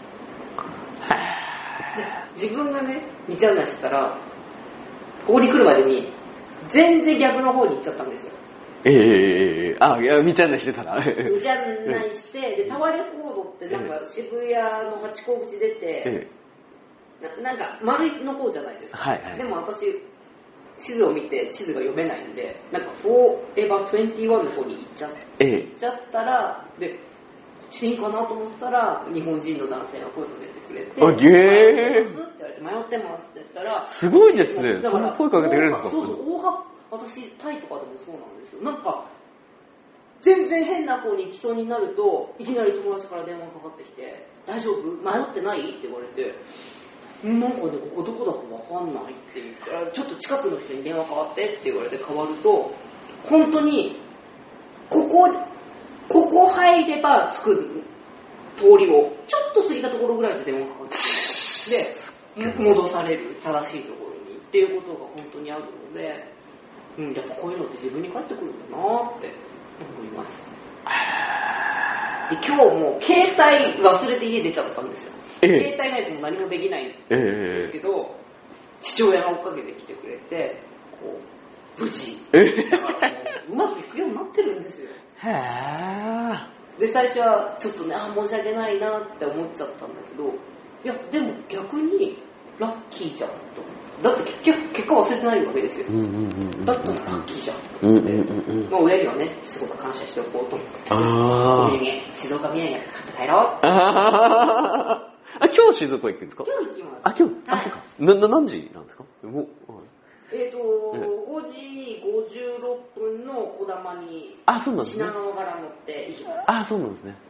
自分がね道案内してたらここに来るまでに全然逆の方に行っちゃったんですよ。 いや道案内してたら道案内してでタワレコードってなんか渋谷のハチ公口出て、なんか丸いの方じゃないですか、でも私地図を見て地図が読めないんでなんかForever 21の方に行っちゃったらでこっちでいいかなと思ったら日本人の男性が声をかけてくれて迷ってますって言われて迷ってますって言ったらすごいですね。だから声かけてくれるんですか？ そう私タイとかでもそうなんですよ。なんか全然変な子に行きそうになるといきなり友達から電話がかかってきて大丈夫？迷ってない？って言われてなんかねここどこだかわかんないって言ったらちょっと近くの人に電話変わってって言われて変わると本当にここ入れば着く通りをちょっと過ぎたところぐらいで電話がかかってきてで戻される正しいところにっていうことが本当にあるので、やっぱこういうのって自分に返ってくるんだなって思います。で今日も携帯忘れて家出ちゃったんですよ。携帯ないとも何もできないんですけど、父親が追っかけてきてくれてこう無事だからうまくいくようになってるんですよ。で最初はちょっとね申し訳ないなって思っちゃったんだけどいやでも逆にラッキーじゃんと思ってだって結果忘れてないわけですよ、だったらラッキーじゃんと思って、親にはねすごく感謝しておこうと思ってお土産静岡土産買って帰ろう今日静岡行くんですか？ 今日行きます。 今日、そうか。何時なんですか ？5時56分のこだまに品川から乗って行きます。 そうなんですね。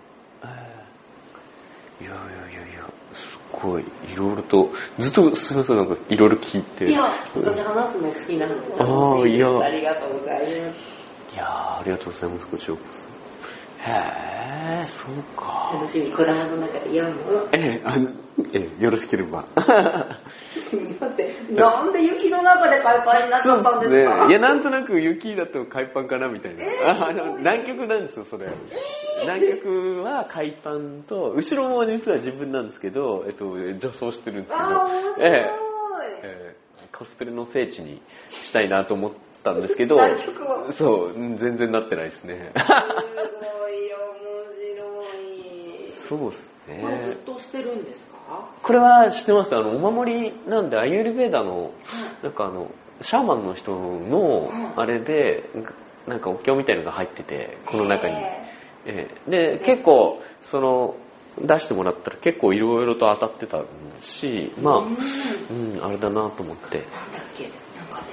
いや、すごい、いろいろと、ずっとすみません、なんかいろいろ聞いて。 いや、私話すの好きなので、ありがとうございます。 いや、ありがとうございます、こちらこそ。 へぇー、そうか。 楽しみ、こだまの中で読む。 よろしければ。 だって、なんで雪の中で海パンになっちゃったんですか？ ね。いや、なんとなく雪だと海パンかなみたいな。南極なんですよ、それ。南極は海パンと、後ろも実は自分なんですけど、女装してるんですけど。 面白い。 コスプレの聖地にしたいなと思ったんですけど、そう、全然なってないですね。 すごい面白い。 そうですね。 これずっとしてるんですか？ これは知ってます。お守りなんで、アユールヴェーダの、なんかシャーマンの人の、あれで、なんかお経みたいなのが入ってて、この中に。で、結構、出してもらったら結構いろいろと当たってたし、まあ、あれだなと思って。 なんだっけ、なんかね、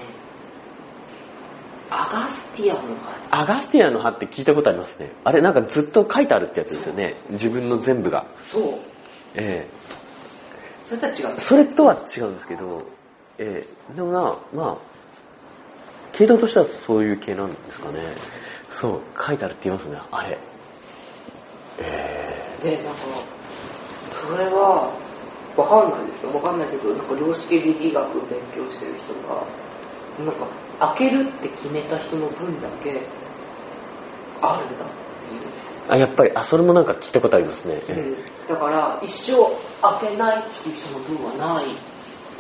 アガスティアの葉。 アガスティアの葉って聞いたことありますね。あれなんかずっと書いてあるってやつですよね。自分の全部が。 そう。それとは違う。 それとは違うんですけど、でもまあ、系統としてはそういう系なんですかね。そう、書いてあるって言いますね、あれ。 で、なんか、それは、わかんないですよ。わかんないけど、なんか量子力学を勉強してる人が、なんか、開けるって決めた人の分だけ、あるんだっていうんですよ。 やっぱり、それもなんか聞いたことありますね。 だから、一生開けないっていう人の分はないって。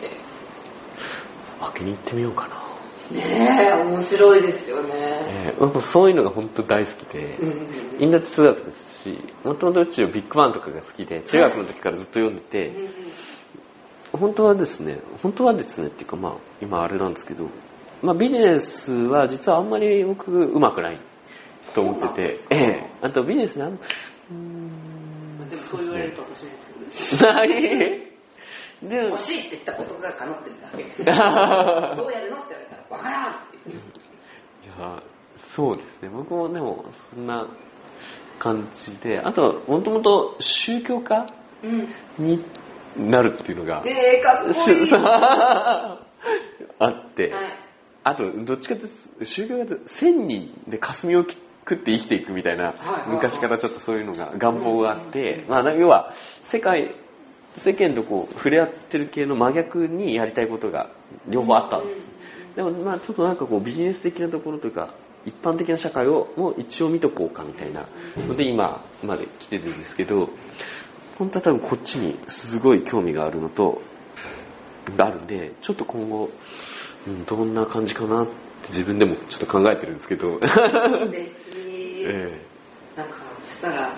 開けに行ってみようかな。 ねえ、面白いですよね。 そういうのが本当大好きで、インド哲学ですし、もともと宇宙ビッグバンとかが好きで、中学の時からずっと読んでて、本当はですねっていうかまあ、今あれなんですけど、まあビジネスは実はあんまり僕上手くないと思ってて、あとビジネスでもそう言われると私もそうです。 で欲しいって言ったことが叶ってるだけです。どうやるのって言われたらわからんって言って。 いや、そうですね。僕もでもそんな感じで、あともともと宗教家になるっていうのが、 かっこいいあって、あとどっちかというと宗教家って1000人で霞を食って生きていくみたいな、昔からちょっとそういうのが願望があって、まあ要は世間とこう触れ合ってる系の真逆にやりたいことが両方あったんです。でもまあちょっとなんかこうビジネス的なところというか一般的な社会をもう一応見とこうかみたいなので今まで来てるんですけど、本当は多分こっちにすごい興味があるのとあるんで、ちょっと今後、どんな感じかなって自分でもちょっと考えてるんですけど。 別に、なんかそしたら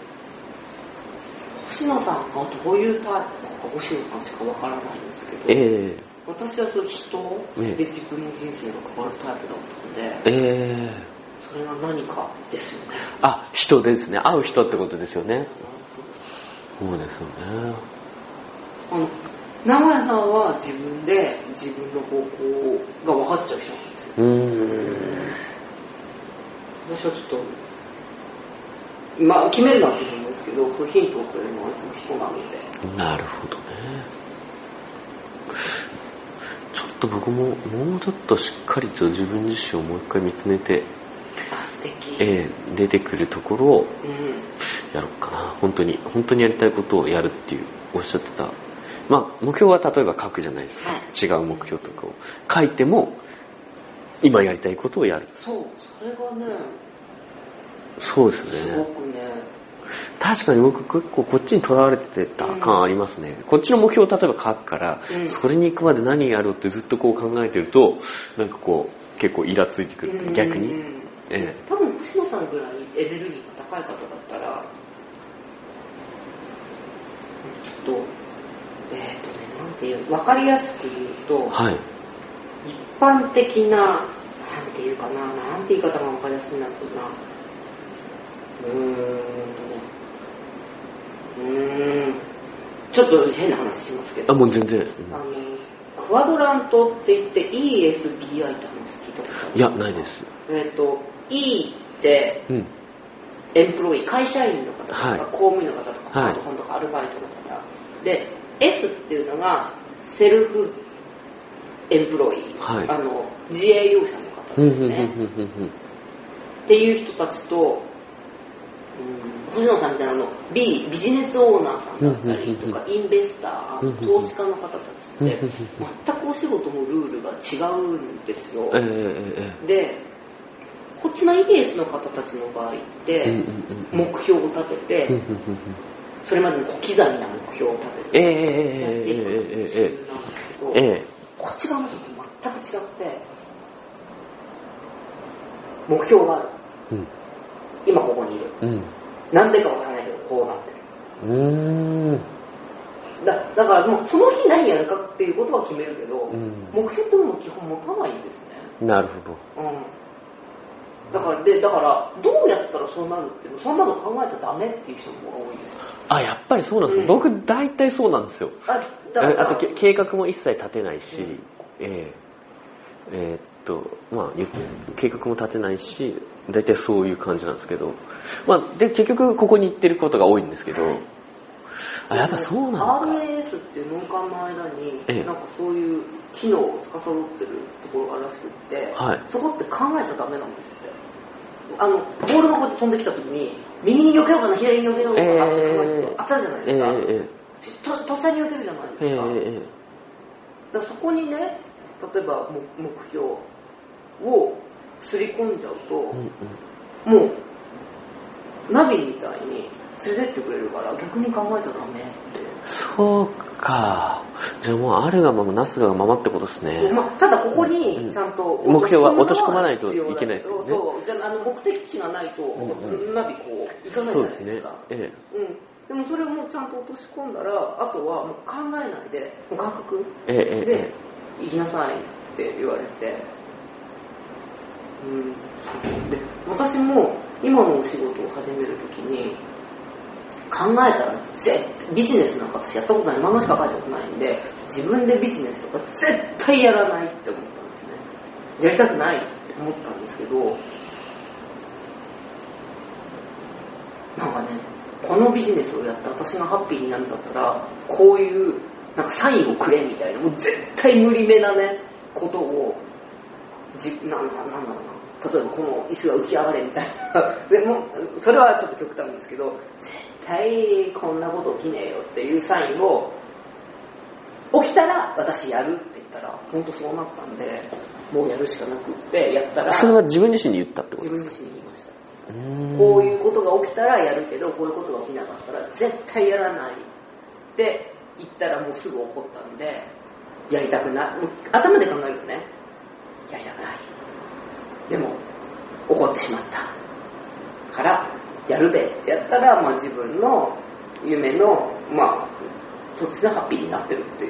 星野さんがどういうタイプか星野さんしかわからないんですけど、私はそう人で自分の人生が変わるタイプだったので、それが何かですよね。 人ですね。会う人ってことですよね。そうですよね。 名古屋さんは自分で自分の方向が分かっちゃう人なんですよ。私はちょっとまあ決めるのは自分ですけど、そういうヒントをくれるのはいつも人なので。 なるほどね。ちょっと僕ももうちょっとしっかりと自分自身をもう一回見つめて、 素敵。 出てくるところをやろうかな。本当にやりたいことをやるっていうおっしゃってた。まあ目標は例えば書くじゃないですか。違う目標とかを書いても今やりたいことをやる。 そう、それがね。 そうですね。 すごくね。 確かに僕結構こっちにとらわれてた感ありますね。こっちの目標を例えば書くから、それに行くまで何やろうってずっとこう考えてると、なんかこう結構イラついてくる。逆に。 多分星野さんぐらいエネルギーが高い方だったら、ちょっとなんていう分かりやすく言うと、一般的ななんていうかな、なんて言い方が分かりやすいなってな。ちょっと変な話しますけど。 もう全然。 クワドラントって言って ESBI って話聞いたことある？ いや、ないです。 E って、エンプロイ、会社員の方とか、公務員の方とか、パートさんとかアルバイトの方。で、S っていうのがセルフエンプロイ、自営業者の方ですね。っていう人たちと、 星野さんみたいなビジネスオーナーさんだったりとか、インベスター、投資家の方たちって全くお仕事のルールが違うんですよ。で、こっちの EBS の方たちの場合って目標を立てて、それまでの小刻みな目標を立ててやっていくっていうシーンなんですけど、こっち側の時全く違って、目標がある。今ここにいる。なんでかわからないけどこうなってる。だからもうその日何やるかっていうことは決めるけど、目標ってもの基本持たないんですね。 なるほど。 だからどうやったらそうなるっていうの、そんなの考えちゃダメっていう人も多いです。 やっぱりそうなんですよ。僕大体そうなんですよ。あと計画も一切立てないし、計画も立てないし、大体そういう感じなんですけど、で結局ここに行ってることが多いんですけど、やっぱそうなんだ。 RAS っていう脳幹の間に、なんかそういう機能を司ってるところがあるらしくって、そこって考えちゃダメなんですって。ボールがこうやって飛んできた時に、右に避けようかな、左に避けようかなって考えると当たるじゃないですか。とっさに避けるじゃないですか。だからそこにね、例えば目標をすり込んじゃうと、もうナビみたいに連れてってくれるから逆に考えちゃダメって。 そうか。じゃあもうあるがままなすがままってことですね。 ただここにちゃんと目標は落とし込まないといけないですよね。 じゃあ目的地がないとナビこう行かないじゃないですか。でもそれをもうちゃんと落とし込んだら、あとはもう考えないで、もう感覚で行きなさいって言われて、で私も今のお仕事を始めるときに考えたらビジネスなんか私やったことない、漫画しか書いたことないんで、自分でビジネスとか絶対やらないって思ったんですね。やりたくないって思ったんですけど、なんかね、このビジネスをやって私がハッピーになるんだったら、こういうなんかサインをくれみたいな、もう絶対無理めなねことをなんだろうな、例えばこの椅子が浮き上がれみたいなでもそれはちょっと極端ですけど、絶対こんなこと起きねえよっていうサインを、起きたら私やるって言ったら本当そうなったんで、もうやるしかなくってやったら。 それは自分自身に言ったってことですか？ 自分自身に言いました。こういうことが起きたらやるけど、こういうことが起きなかったら絶対やらないって言ったらもうすぐ怒ったんで、やりたくない、頭で考えるとね、やりたくない、でも怒ってしまったからやるべってやったら、自分の夢のそうですね、ハッピーになってるっていう。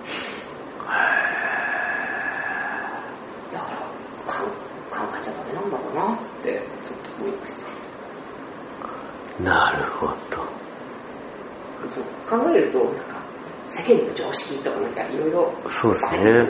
だから考えちゃダメなんだろうなってちょっと思いました。 なるほど。 そう考えると、なんか世間の常識とかなんかいろいろそうですね。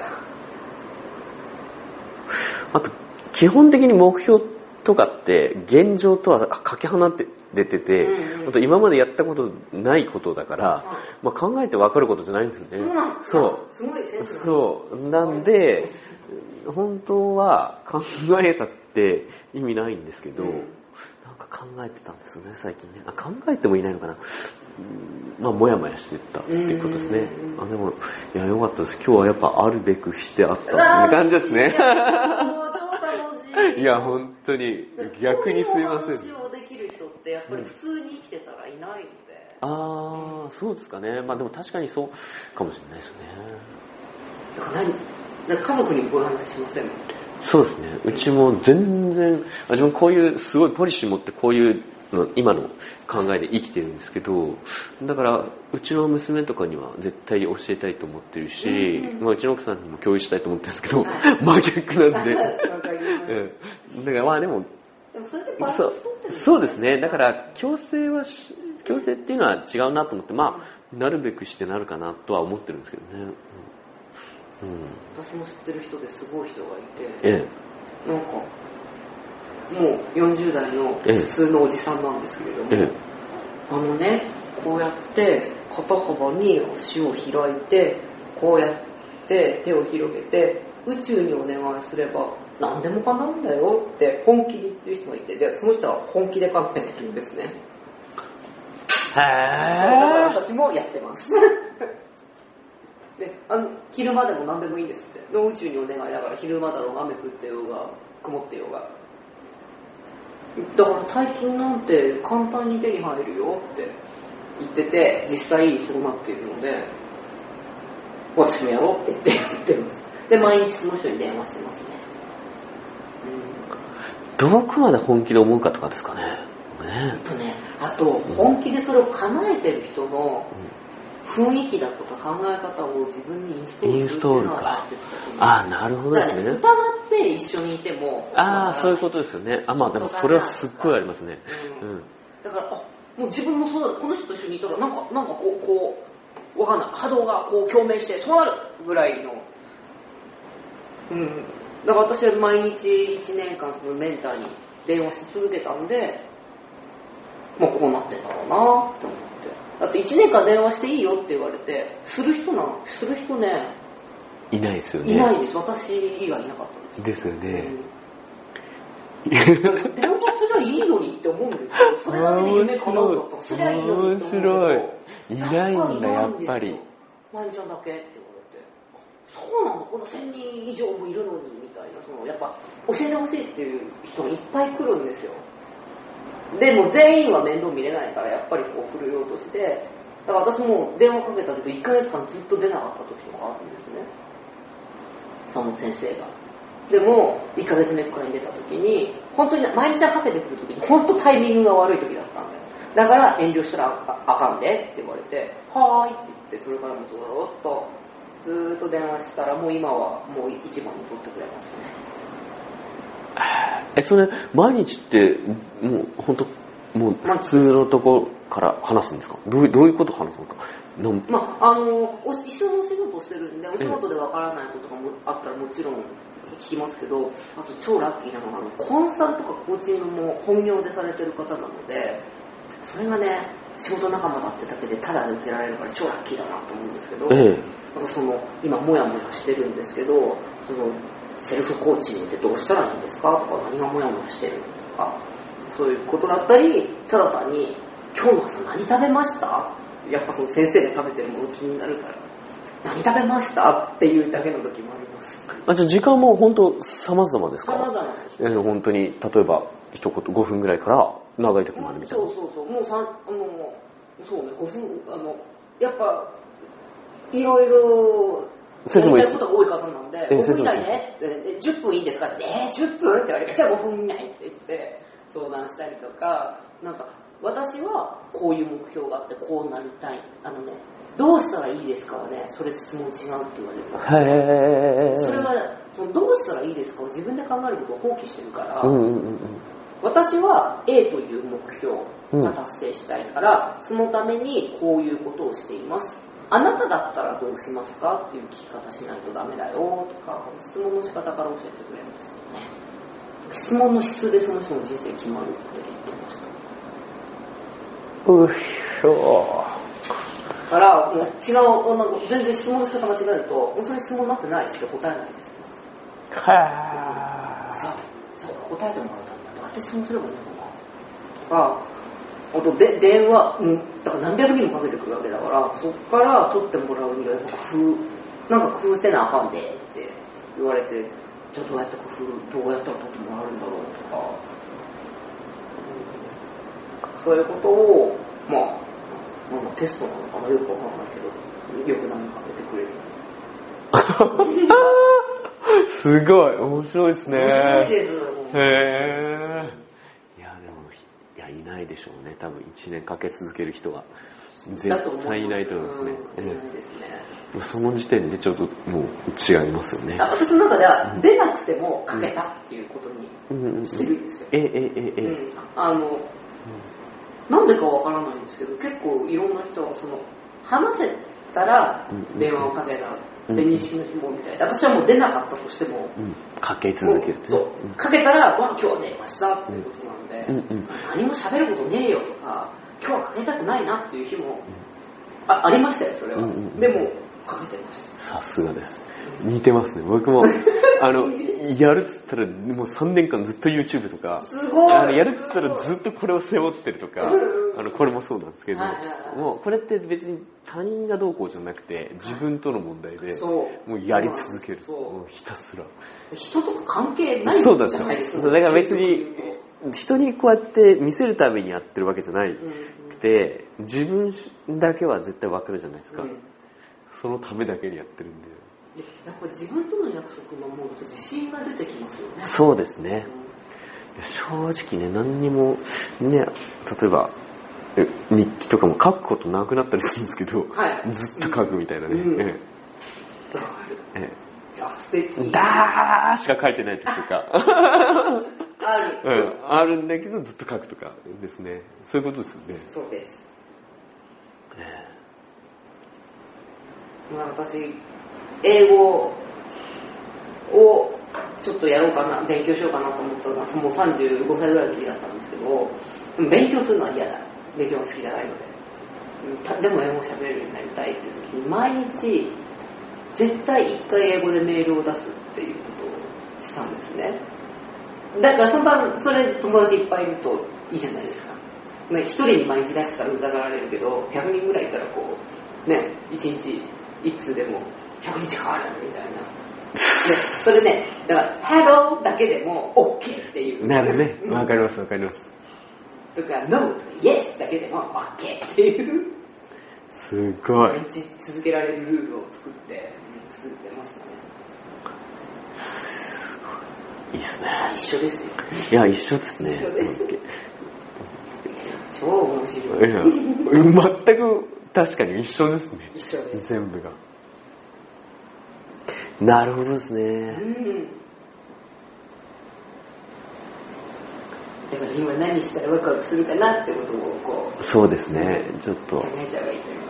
あと基本的に目標とかって現状とはかけ離れてて、今までやったことないことだから、考えて分かることじゃないんですよね。 すごいセンス。 そうなんで本当は考えたって意味ないんですけど、なんか考えてたんですよね最近ね。考えてもいないのかな。もやもやしてたっていうことですね。でもいや良かったです。今日はやっぱあるべくしてあったって感じですね。いや本当に逆にすいません。 話をできる人ってやっぱり普通に生きてたらいないので。 そうですかね。でも確かにそうかもしれないですね。 だから家族にこういう話しません？ そうですね。うちも全然自分こういうすごいポリシー持ってこういうの今の考えで生きてるんですけど、だからうちの娘とかには絶対教えたいと思ってるし、うちの奥さんにも共有したいと思ってるんですけど、真逆なんで。だからでもそれでバランス取ってる。 そうですね。だから強制っていうのは違うなと思って、なるべくしてなるかなとは思ってるんですけどね。 私も知ってる人ですごい人がいて、なんかもう40代の普通のおじさんなんですけれども、こうやって肩幅に足を開いて、こうやって手を広げて宇宙にお願いすれば何でも叶うんだよって本気で言ってる人がいて、でその人は本気で考えてるんですね。 へー。 私もやってますで昼間でも何でもいいんですって。宇宙にお願いだから、昼間だろうが雨降ってようが曇ってようが、だから大金なんて簡単に手に入るよって言ってて、実際そうなっているので、私もやろうって言ってます。で毎日その人に電話してますね。 どこまで本気で思うかとかですかね。 あと本気でそれを叶えてる人の雰囲気だとか考え方を自分にインストールするっていうのは大切だと思う。 ああ、なるほどですね。 疑って一緒にいても、 ああ、そういうことですよね。あ、まあでもそれはすっごいありますね。 だからもう自分もそうだ、この人と一緒にいたらなんかこうわかんない、波動がこう共鳴してそうなるぐらいの、だから私は毎日1年間そのメンターに電話し続けたんで、もうこうなってんだろうなって思って。だって1年間電話していいよって言われてする人ねいないですよね。 いないです。私以外いなかったですよね。 電話すりゃいいのにって思うんですよ。それだけで夢叶うんだったらすりゃいいのにって思うけど、 面白い。いないんだやっぱり。 まゆみちゃんだけって言われて、そうなの、この1000人以上もいるのにみたいな、やっぱ教えてほしいっていう人がいっぱい来るんですよ。でも全員は面倒見れないからやっぱりこう振るようとして、だから私も電話かけたけど1ヶ月間ずっと出なかった時とかあるんですね、その先生が。でも1ヶ月目くらいに出た時に本当に毎日かけてくる時に本当タイミングが悪い時だったんだよ。だから遠慮したらあかんでって言われて、はーいって言って、それからもずっと電話したらもう今はもう一番に取ってくれますね。 それ毎日ってもう本当もう普通のとこから話すんですか？どういうこと話すのか。 一緒のお仕事をしてるんで、お仕事でわからないことがあったらもちろん聞きますけど、あと超ラッキーなのがコンサルとかコーチングも本業でされてる方なので、それがね仕事仲間だってだけでタダで受けられるから超ラッキーだなと思うんですけど、今モヤモヤしてるんですけど、セルフコーチングってどうしたらいいんですかとか、何がモヤモヤしてるとか、そういうことだったり、ただ単に今日の朝何食べました、やっぱその先生が食べてるもの気になるから、何食べましたっていうだけの時もあります。 じゃあ時間も本当様々ですか？ 様々です。 本当に例えば一言5分ぐらいから長い時もあるみたいな。 そうもうそうね、5分やっぱいろいろやりたいことが多い方なんで、5分以内ねって10分いいんですかって、10分って言われて、じゃあ5分以内って言って相談したりとか、なんか私はこういう目標があってこうなりたい、どうしたらいいですかはね、それ質問違うって言われる。それはどうしたらいいですかを自分で考えることを放棄してるから、私は A という目標が達成したいから、そのためにこういうことをしています。あなただったらどうしますかっていう聞き方しないとダメだよとか、質問の仕方から教えてくれましたね。質問の質でその人の人生決まるって言ってました。だからもう違う、全然質問の仕方間違えると、もうそれ質問になってないですって答えないです。じゃあ答えてもらうためにどうやって質問すればいいのかなとか、あと電話、だから何百人もかけてくるわけだから、そこから取ってもらうにはなんか工夫せなあかんでって言われて、じゃあどうやったら取ってもらえるんだろうとか、そういうことをテストなのかな、よくわかんないけど、よく何かけてくれる。 すごい面白いですね。 面白いです。 いないでしょうね。多分1年かけ続ける人は絶対いないと思いますね。 いないですね。 その時点でちょっともう違いますよね。 私の中では出なくてもかけたっていうことにしてるんですよ。なんでかわからないんですけど、結構いろんな人は話せたら電話をかけたって認識の人もみたいで、私はもう出なかったとしても、 かけ続ける。 かけたら、今日は出ましたっていうことなんで、何も喋ることねえよとか、今日はかけたくないなっていう日もありましたよ、それは。でもかけてました。 さすがです。似てますね。僕も、やるっつったら、もう3年間ずっと YouTube とか、 すごいやるっつったらずっとこれを背負ってるとか、これもそうなんですけど、もうこれって別に他人がどうこうじゃなくて、自分との問題で、もうやり続ける。もうひたすら。 人とか関係ないじゃないですか。 そうだから別に、人にこうやって見せるためにやってるわけじゃないくて、自分だけは絶対わかるじゃないですか。そのためだけにやってるんで。 やっぱ自分との約束を守ると自信が出てきますよね。 そうですね。正直ね、何にも、ね、例えば、日記とかも書くことなくなったりするんですけど、ずっと書くみたいなね。 素敵。 だーしか書いてない時とか。あるんだけど、ずっと書くとかですね。そういうことですよね。 そうです。私、英語をちょっとやろうかな、勉強しようかなと思ったのは、もう35歳ぐらいの時だったんですけど、勉強するのは嫌だ。勉強が好きじゃないので。でも英語喋れるようになりたいっていう時に、毎日、絶対1回英語でメールを出すっていうことをしたんですね。だからそれ友達いっぱいいるといいじゃないですか。1人に毎日出したらうざがられるけど、100人ぐらいいたらこう、ね、1日1通でも100日変わるみたいな。で、それね、だから、Hello だけでも OK っていう。 なるね。わかります、わかります。 とか、No とか Yes だけでも OK っていう。 すごい。 毎日続けられるルールを作ってましたね。 いいですね。 一緒ですよ。 いや、一緒ですね。 一緒です。超面白い。 いや、全く確かに一緒ですね。 一緒です。 全部が。なるほどですね。 だから今何したらワクワクするかなってことをこう。 そうですね。ちょっと。 考えちゃえばいいと思います。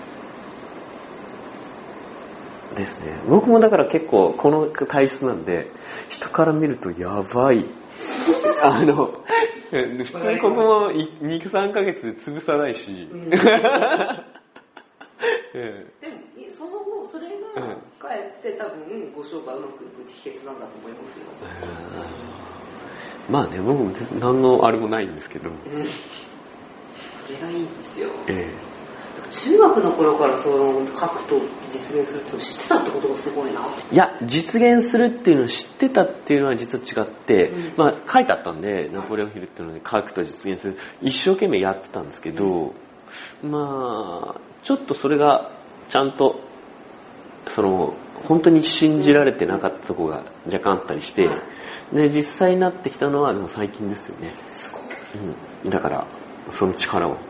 ですね。僕もだから結構この体質なんで、人から見るとやばい。普通にここも2、3ヶ月で潰さないし。でも、 その後、それがかえって多分ご商売うまくいく秘訣なんだと思いますよ。 まあね、僕も何のあれもないんですけど。 それがいいんですよ。中学の頃からその書くと実現するって知ってたってことがすごいな。 いや、実現するっていうのを知ってたっていうのは実は違って、まあ書いてあったんで、ナポレオンヒルっていうので書くと実現する。一生懸命やってたんですけど、まあ、ちょっとそれがちゃんと、本当に信じられてなかったところが若干あったりして、で、実際になってきたのはでも最近ですよね。 すごい。だから、その力を。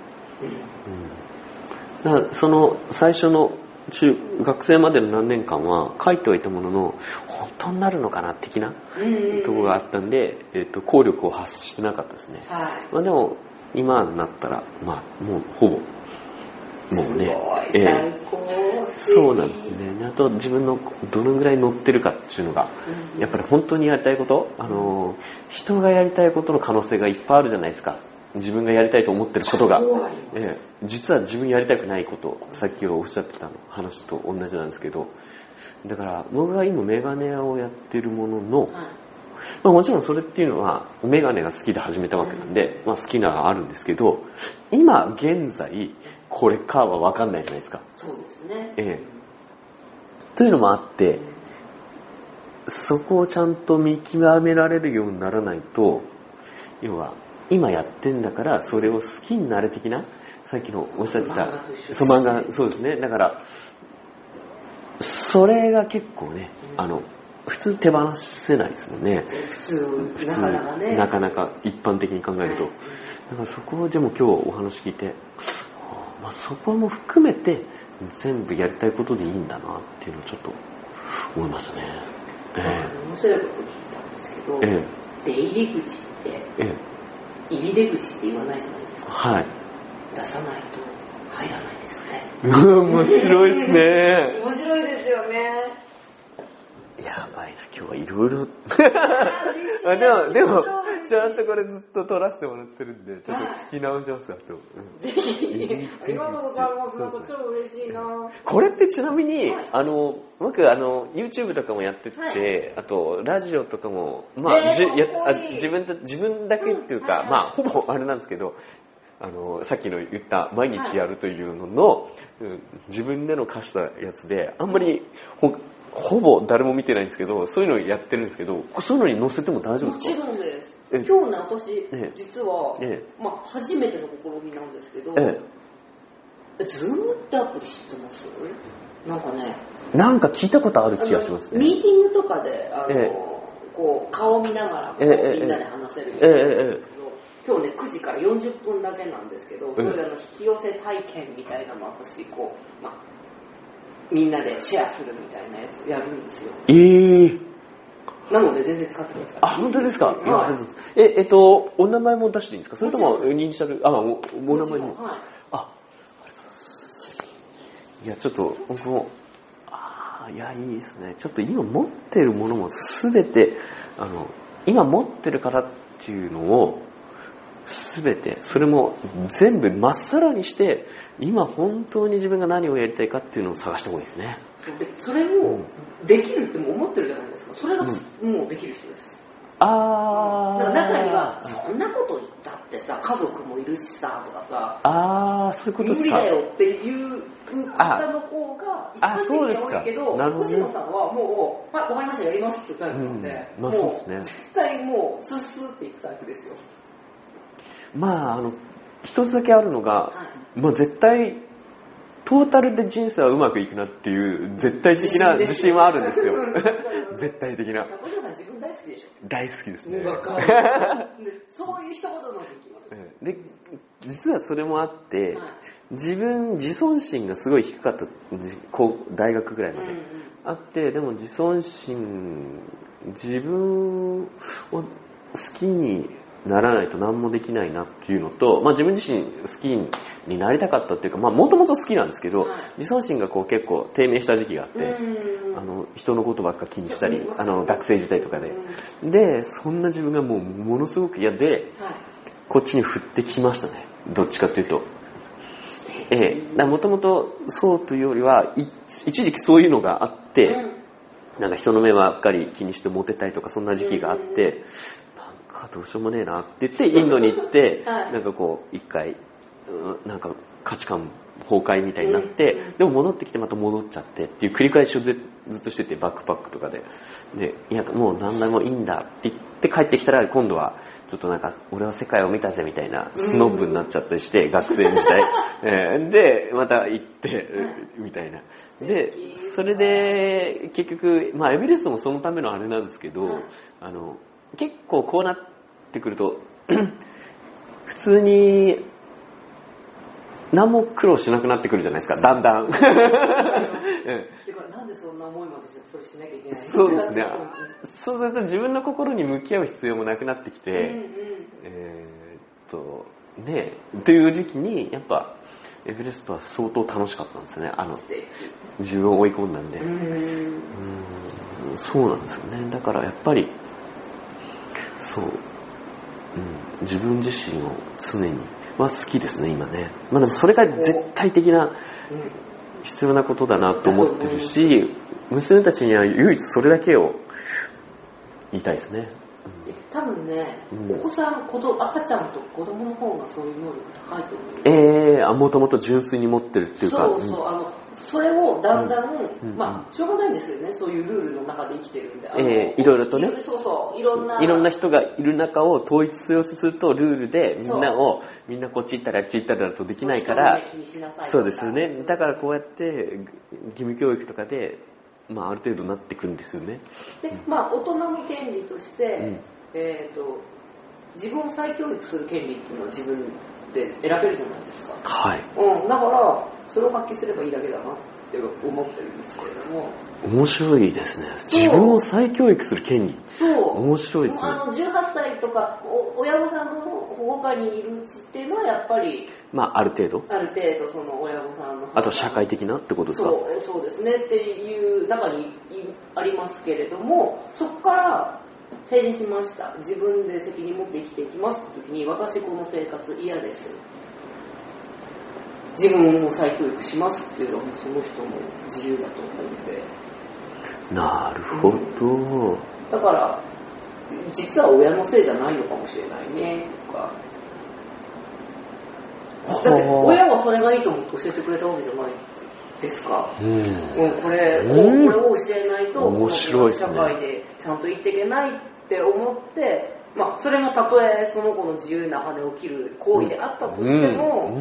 だからその最初の学生までの何年間は書いてはいたものの本当になるのかな的なところがあったんで、効力を発してなかったですね。まあでも今になったらまあもうほぼもうね、 最高。 そうなんですね。あと自分のどのぐらい乗ってるかっていうのがやっぱり本当にやりたいこと、人がやりたいことの可能性がいっぱいあるじゃないですか。自分がやりたいと思ってることが、実は自分やりたくないこと、さっきおっしゃってた話と同じなんですけど、だから僕が今メガネ屋をやってるものの、まあ、もちろんそれっていうのはメガネが好きで始めたわけなんで、まあ、好きなのがあるんですけど、今現在これかは分かんないじゃないですか。 そうですね。 というのもあって、そこをちゃんと見極められるようにならないと、要は今やってんだからそれを好きになれ的な、さっきのおっしゃってた漫画、そうですね。だからそれが結構ね、普通手放せないですもんね。 普通なかなかね、 なかなか一般的に考えると、だからそこをでも今日お話聞いて、まあ、そこも含めて全部やりたいことでいいんだなっていうのをちょっと思いましたね。 面白いこと聞いたんですけど、出入り口って、入り出口って言わないじゃないですか。はい。出さないと入らないですね。 面白いですね。 面白いですよね。 やばいな、今日はいろいろ。でも、 ちゃんとこれずっと撮らせてもらってるんで、ちょっと聞き直しますよ、と。 ぜひ、ありがとうございます。なんか超嬉しいな。 これってちなみに、僕、YouTube とかもやってて、あと、ラジオとかも、まあ、自分だけっていうか、まあ、ほぼあれなんですけど、さっきの言った毎日やるというのの、自分での課したやつで、あんまりほぼ誰も見てないんですけど、そういうのやってるんですけど、そういうのに載せても大丈夫ですか？ もちろんです。今日ね、私、実は、まあ、初めての試みなんですけど、ズームってアプリ知ってます？なんかね、 なんか聞いたことある気がしますね。 ミーティングとかで、こう、顔見ながら、みんなで話せるみたいな。今日ね、9時から40分だけなんですけど、それ引き寄せ体験みたいなのを私、こう、まあ、みんなでシェアするみたいなやつをやるんですよ。なので全然使ってください。 あ、本当ですか？はい、お名前も出していいんですか？それともイニシャル、お名前も。 はい。 ありがとうございます。いや、ちょっと、僕も、いや、いいですね。ちょっと今持ってるものもすべて、今持ってるからっていうのを、すべて、それも全部まっさらにして、今本当に自分が何をやりたいかっていうのを探した方がいいですね。 それをできるっても思ってるじゃないですか。それがもうできる人です。だから中には、そんなこと言ったってさ、家族もいるしさ、とかさ、 そういうことですか。 無理だよっていう方の方が一般的には多いけど、星野さんはもう、はい、わかりました、やりますって言ったタイプなんで、もう絶対もうスースーっていくタイプですよ。 まあ、一つだけあるのが、まあ絶対、トータルで人生はうまくいくなっていう絶対的な自信はあるんですよ。絶対的な。 星野さん自分大好きでしょ？ 大好きですね。 そういう一言のできます。 で、実はそれもあって、自尊心がすごい低かった、大学ぐらいまで。あって、でも自尊心、自分を好きにならないと何もできないなっていうのと、まあ自分自身好きになりたかったっていうか、まあもともと好きなんですけど、自尊心がこう結構低迷した時期があって、人のことばっか気にしたり、学生時代とかで。で、そんな自分がもうものすごく嫌で、こっちに振ってきましたね。どっちかっていうと。もともとそうというよりは、一時期そういうのがあって、なんか人の目ばっかり気にしてモテたいとかそんな時期があって、どうしようもねえなって言ってインドに行って、なんかこう一回なんか価値観崩壊みたいになって、でも戻ってきてまた戻っちゃってっていう繰り返しをずっとしてて、バックパックとかで、いやもう何でもいいんだって言って帰ってきたら、今度はちょっとなんか俺は世界を見たぜみたいなスノブになっちゃったりして、学生時代、でまた行ってみたいな。でそれで結局、まあエベレストもそのためのあれなんですけど、結構こうなってくると普通に何も苦労しなくなってくるじゃないですか、だんだん。てかなんでそんな思いまでしてそれしなきゃいけないの？ そうですね。そうすると自分の心に向き合う必要もなくなってきて、という時期にやっぱエベレストは相当楽しかったんですね。自分を追い込んだんで。そうなんですよね。だからやっぱりそう、自分自身を常には好きですね、今ね。まあでもそれが絶対的な必要なことだなと思ってるし、娘たちには唯一それだけを言いたいですね。 多分ね、お子さん、赤ちゃんと子供の方がそういう能力高いと思う。 もともと純粋に持ってるっていうか。 それをだんだん、まあしょうがないんですけどね、そういうルールの中で生きてるんで、 いろいろとね、 いろんな人がいる中を統一しようとすると、ルールでみんなこっち行ったらあっち行ったらとできないから、そうですよね。だからこうやって義務教育とかで、まあある程度なってくるんですよね。 で、まあ大人の権利として、自分を再教育する権利っていうのは自分で選べるじゃないですか。 はい。 だからそれを発揮すればいいだけだなって思ってるんですけれども。 面白いですね。自分を再教育する権利。 そう。 面白いですね。 18歳とか親御さんの保護下にいるうちっていうのはやっぱり、 まあある程度その親御さんの、 あと社会的なってことですか？ そうですねっていう中にありますけれども、そこから成人しました、自分で責任持って生きていきますって時に、私この生活嫌です、自分を再教育しますっていうのはその人の自由だと思うので。 なるほど、 だから実は親のせいじゃないのかもしれないねとか。だって親はそれがいいと思って教えてくれたわけじゃないですか。これを教えないと面白いですね。 社会でちゃんと生きていけないって思って、まあそれがたとえその子の自由な羽を切る行為であったとしても、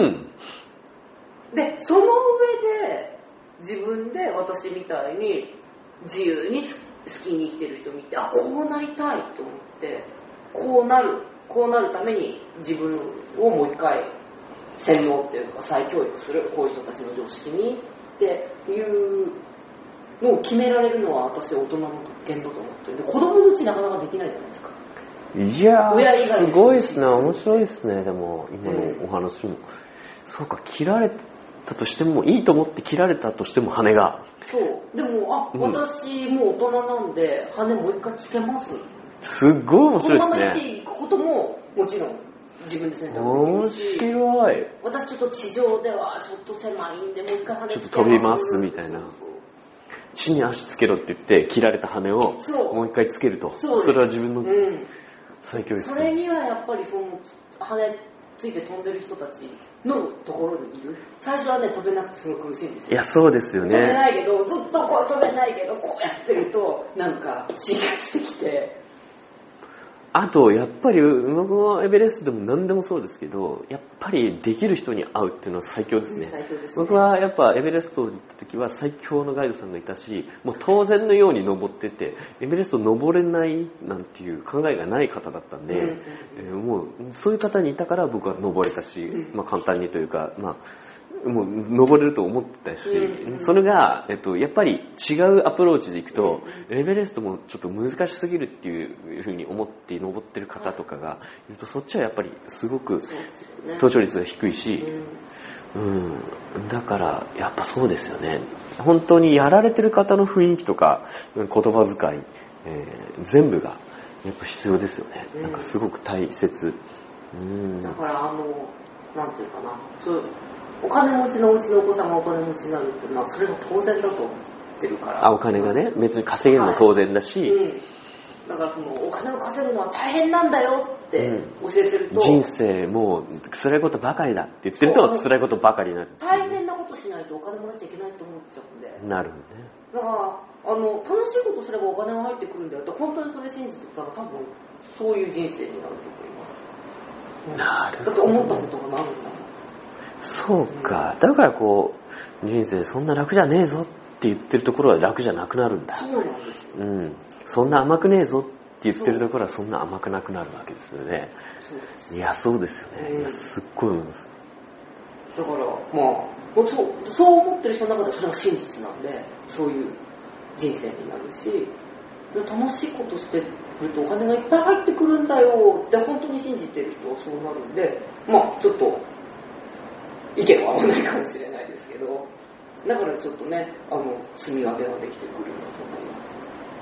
でその上で自分で私みたいに自由に好きに生きてる人を見て、あ、こうなりたいと思って、こうなるために自分をもう一回洗脳っていうか再教育する、こういう人たちの常識にっていうのを決められるのは私は大人の特権だと思ってるんで、子供のうちなかなかできないじゃないですか。 いや親以外すごいですね、面白いですね。でも今のお話も、そうか、切られたとしても、いいと思って切られたとしても羽が、 そうでも私もう大人なんで羽もう一回つけます。 すっごい面白いですね。 このまま生きていくことももちろん自分で選択できるし、 面白い。 私ちょっと地上ではちょっと狭いんでもう一回羽つけます、 ちょっと飛びますみたいな。地に足つけろって言って切られた羽をもう一回つけると。それは自分の最強です、 それにはやっぱりその羽ついて飛んでる人たちのところにいる。最初はね、飛べなくてすごく苦しいんですよ。 いや、そうですよね。 飛べないけど、ずっとこう飛べないけど、こうやってるとなんか進化してきて。 あとやっぱり僕もエベレストでも何でもそうですけど、やっぱりできる人に会うっていうのは最強ですね。 最強ですね。 僕はやっぱエベレストに行った時は最強のガイドさんがいたし、もう当然のように登ってて、エベレスト登れないなんていう考えがない方だったんで、もうそういう方にいたから僕は登れたし、まあ簡単にというか、まあもう登れると思ってたし、それが、やっぱり違うアプローチでいくと、エベレストもちょっと難しすぎるっていうふうに思って登ってる方とかがいると、そっちはやっぱりすごく登頂率が低いし、だからやっぱそうですよね。本当にやられてる方の雰囲気とか言葉遣い、全部がやっぱ必要ですよね。なんかすごく大切。 だからなんていうかな、そうお金持ちのお家のお子さんがお金持ちになるっていうのはそれが当然だと思ってるから。 お金がね、別に稼げるのも当然だし、 だからそのお金を稼ぐのは大変なんだよって教えてると、 人生もう辛いことばかりだって言ってると辛いことばかりになる。 大変なことしないとお金もらっちゃいけないと思っちゃうんで。 なるほどね。 だから楽しいことすればお金が入ってくるんだよって本当にそれ信じてたら多分そういう人生になると思います。 なるほど。 だって思ったことがなるんだ。 そうか、だからこう人生そんな楽じゃねえぞって言ってるところは楽じゃなくなるんだ。 そうなんですよ。 そんな甘くねえぞって言ってるところはそんな甘くなくなるわけですよね。 そうです。 いや、そうですよね。いや、すっごい思います。 だからそう思ってる人の中ではそれが真実なんで、そういう人生になるし、楽しいことしてるとお金がいっぱい入ってくるんだよって本当に信じてる人はそうなるんで、ちょっと意見は合わないかもしれないですけど、だからちょっとね、積み分けができてくるんだと思います。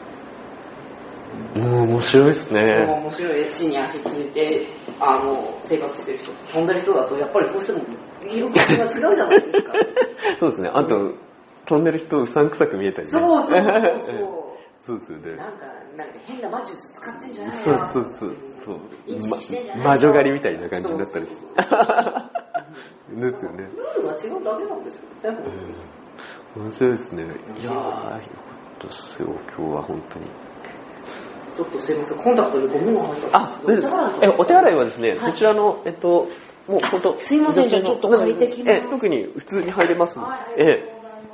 面白いですね。 面白いです。地に足ついて生活してる人、飛んでる人だとやっぱりどうしても色気が違うじゃないですか。 そうですね。あと、飛んでる人うさんくさく見えたりね。 そうそうですよね。 なんか変な魔術使ってんじゃないそう魔女狩りみたいな感じになったりして。ですよね。 ルールが違うだけなんですよね。 面白いですね。いやー、よかったですよ、今日は本当に。 ちょっとすいません、コンタクトにゴミが入ったんですけど。お手洗いはですね、そちらの、もう本当。 すいません、じゃあちょっと借りてきます。 特に普通に入れますので。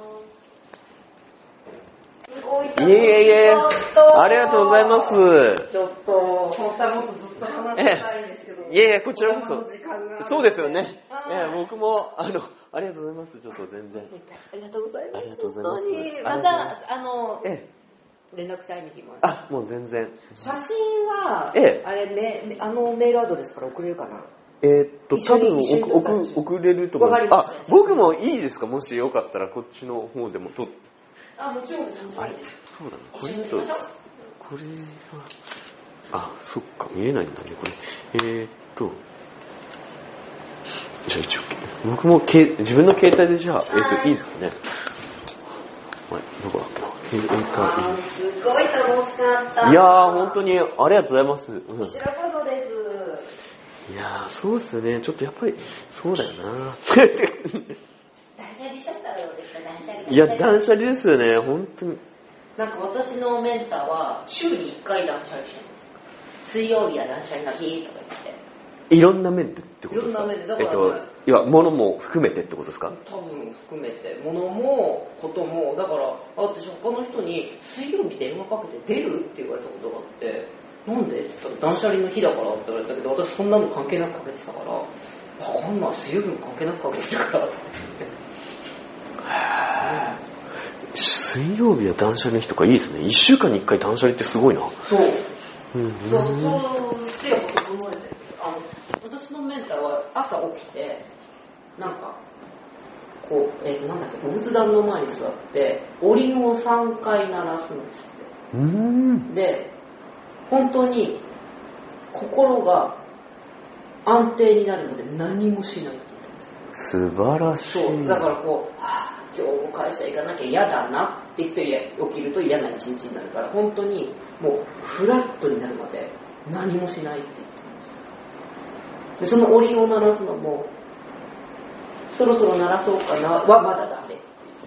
いえ、ありがとうございます。 ちょっと、本当はもっとずっと話したいんですけど。 いえ、こちらこそ。そうですよね。僕も、ありがとうございます。ちょっと全然。 ありがとうございます。 ありがとうございます。 また、連絡したいに来ます。 もう全然。 写真は、あれね、メールアドレスから送れるかな？ 多分送れると思います。僕もいいですか？もしよかったらこっちの方でも撮って。 もちろんです。 あれそうだね。これだと、ここれは、そっか、見えないんだね、これ。じゃあ一応、僕も自分の携帯でじゃあ、いいですかね。はい、どこだっけな。 すごい楽しかった。 いやー、本当にありがとうございます。 こちらこそです。 いやー、そうですよね。ちょっとやっぱり、そうだよな。 断捨離しちゃったらどうですか、断捨離。 いや、断捨離ですよね、本当に。 なんか私のメンターは、週に1回断捨離してます。水曜日は断捨離の日とか言って。 いろんな面でってことですか？ いろんな面で、だから、 いや、物も含めてってことですか？ 多分含めて、物も、ことも、だから、私他の人に、水曜日電話かけて出るって言われたことがあって、なんでって言ったら、断捨離の日だからって言われたけど、私そんなの関係なくかけてたから、わかんない、水曜日も関係なくかけてるからって水曜日は断捨離の日とかいいですね。1週間に1回断捨離ってすごいな。 そう。そうしてやっぱ整えてる。私のメンターは朝起きて、なんか、こう、なんだっけ、仏壇の前に座って、おりんを3回鳴らすんですって。で、本当に心が安定になるまで何もしないって言ってます。 素晴らしい。 そう、だからこう、今日も会社行かなきゃ嫌だなって言って起きると嫌な一日になるから、本当にもうフラットになるまで何もしないって言ってました。で、そのおりんを鳴らすのも、そろそろ鳴らそうかなはまだダメ。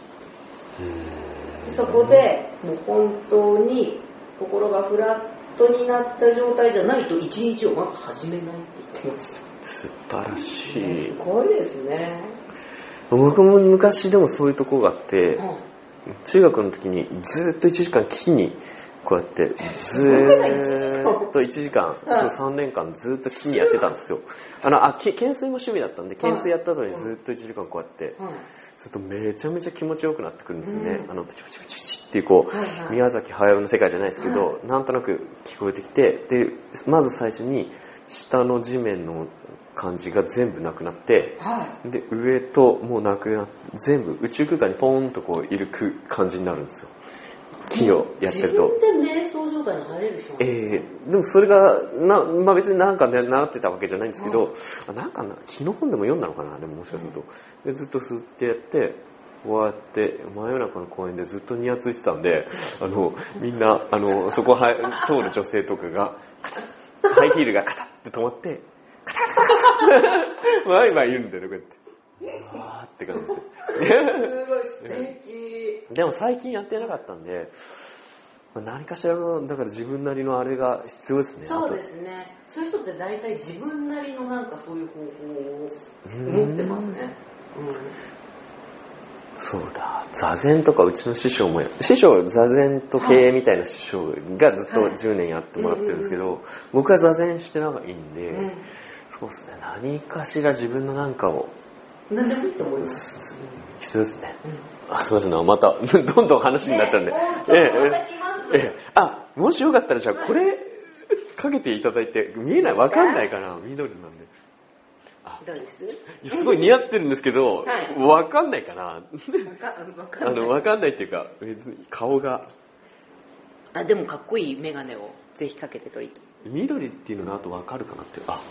そこでもう本当に心がフラットになった状態じゃないと一日をまず始めないって言ってました。 素晴らしい。 すごいですね。 僕も昔でもそういうとこがあって、中学の時にずっと1時間木にこうやってずーっと1時間、そう3年間ずっと木にやってたんですよ。懸垂も趣味だったんで、懸垂やった後にずっと1時間こうやってするとめちゃめちゃ気持ちよくなってくるんですね。プチプチプチプチっていうこう、宮崎駿の世界じゃないですけど、なんとなく聞こえてきて、でまず最初に下の地面の感じが全部なくなって、で上ともうなくなって全部宇宙空間にポーンとこういる感じになるんですよ。木をやってると。 自分で瞑想状態に入れる人なんですか？ でもそれがまあ別になんかね習ってたわけじゃないんですけど、なんか木の本でも読んだのかな、でももしかすると。でずっと吸ってやって。こうやって真夜中の公園でずっとニヤついてたんで、みんなそこ通る女性とかがハイヒールがカタッて止まってカタカタカタワイワイ言うんだよね、こうやってわーって感じで。 すごい素敵。 でも最近やってなかったんで、何かしらのだから自分なりのあれが必要ですね。 そうですね。そういう人って大体自分なりのなんかそういう方法を持ってますね。 そうだ、座禅とかうちの師匠座禅と経営みたいな師匠がずっと10年やってもらってるんですけど、僕は座禅してないんで、そうですね、何かしら自分のなんかを何でもいいと思います。 必要ですね。すいません、またどんどん話になっちゃうんで、もしよかったらじゃあこれかけていただいて、見えない、わかんないかな、緑なんで。 どうです？ すごい似合ってるんですけど、わかんないかな。わかんないっていうか、別に顔が。 でもかっこいいメガネをぜひかけてといて。 緑っていうのがあとわかるかなって。じゃ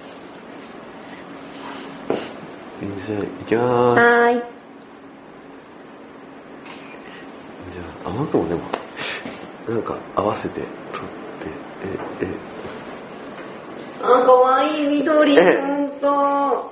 あ、いきまーす。 はい。 じゃあ、僕もでも、なんか合わせて撮って、 かわいい緑、ほんと。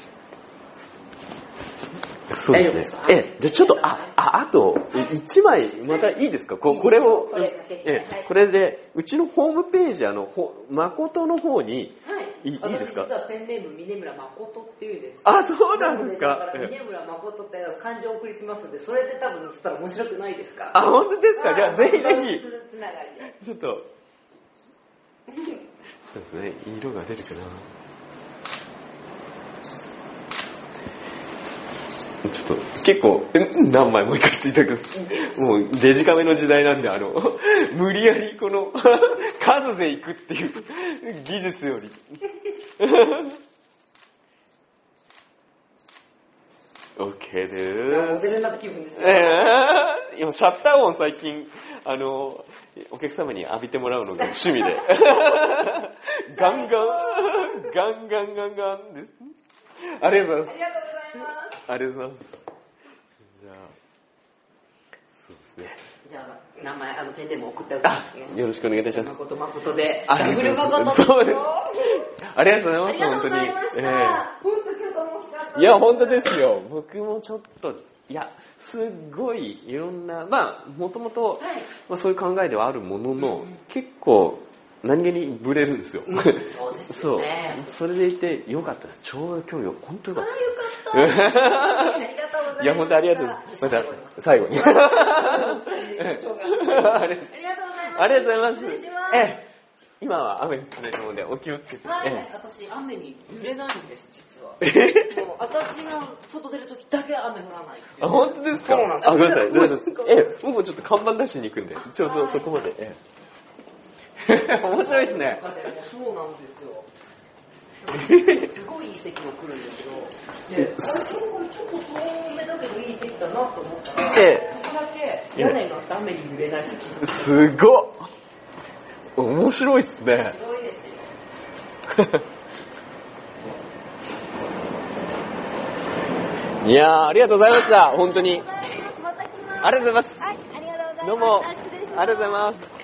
そうですね。じゃあちょっと、あと、1枚、またいいですか？これを、これで、うちのホームページ、誠の方に、いいですか？ 私実はペンネーム、峰村誠っていうんです。 そうなんですか？ 峰村誠って漢字をお送りしますので、それで多分映ったら面白くないですか？ 本当ですか？じゃあぜひぜひ。 つながりで。 ちょっと。そうですね、色が出るかな。ちょっと結構何枚もいかせていただきます。もうデジカメの時代なんで無理やりこの数でいくっていう技術よりOK です。 モデルになった気分ですね。 今シャッター音最近お客様に浴びてもらうのが趣味で。ガンです。ありがとうございます。ありがとうございます。じゃあ、そうですね。 じゃあ、名前、ペンでも送っておきますね。 よろしくお願いいたします。 誠で。ダブル誠そうです。ありがとうございます、本当に。 本当今日楽しかった。 いや、本当ですよ。僕もちょっと、いや、すっごいいろんな、もともと、そういう考えではあるものの、結構、何気にブレるんですよ。 そうですよね。 それでいてよかったです。ちょうど今日本当よかったです。 よかった。ありがとうございます。 いや、本当ありがとうございます。また、最後に。ありがとうございます。今は雨降ってないと思うんで、お気をつけて。 私、雨に濡れないんです、実は。もう私が外出るときだけ雨降らない。 本当ですか？ そうなんです。 ごめんなさい。僕もちょっと看板出しに行くんで、ちょうどそこまで。面白いですね。 そうなんですよ。すごいいい席が来るんですよ。で、ちょっと遠めだけどいい席だなと思ったら、時だけ屋根が雨に濡れない席。 すごっ！面白いっすね。 面白いですよ。 いやー、ありがとうございました。本当に。 また来ます。 ありがとうございます。 はい、ありがとうございます。 どうも、ありがとうございます。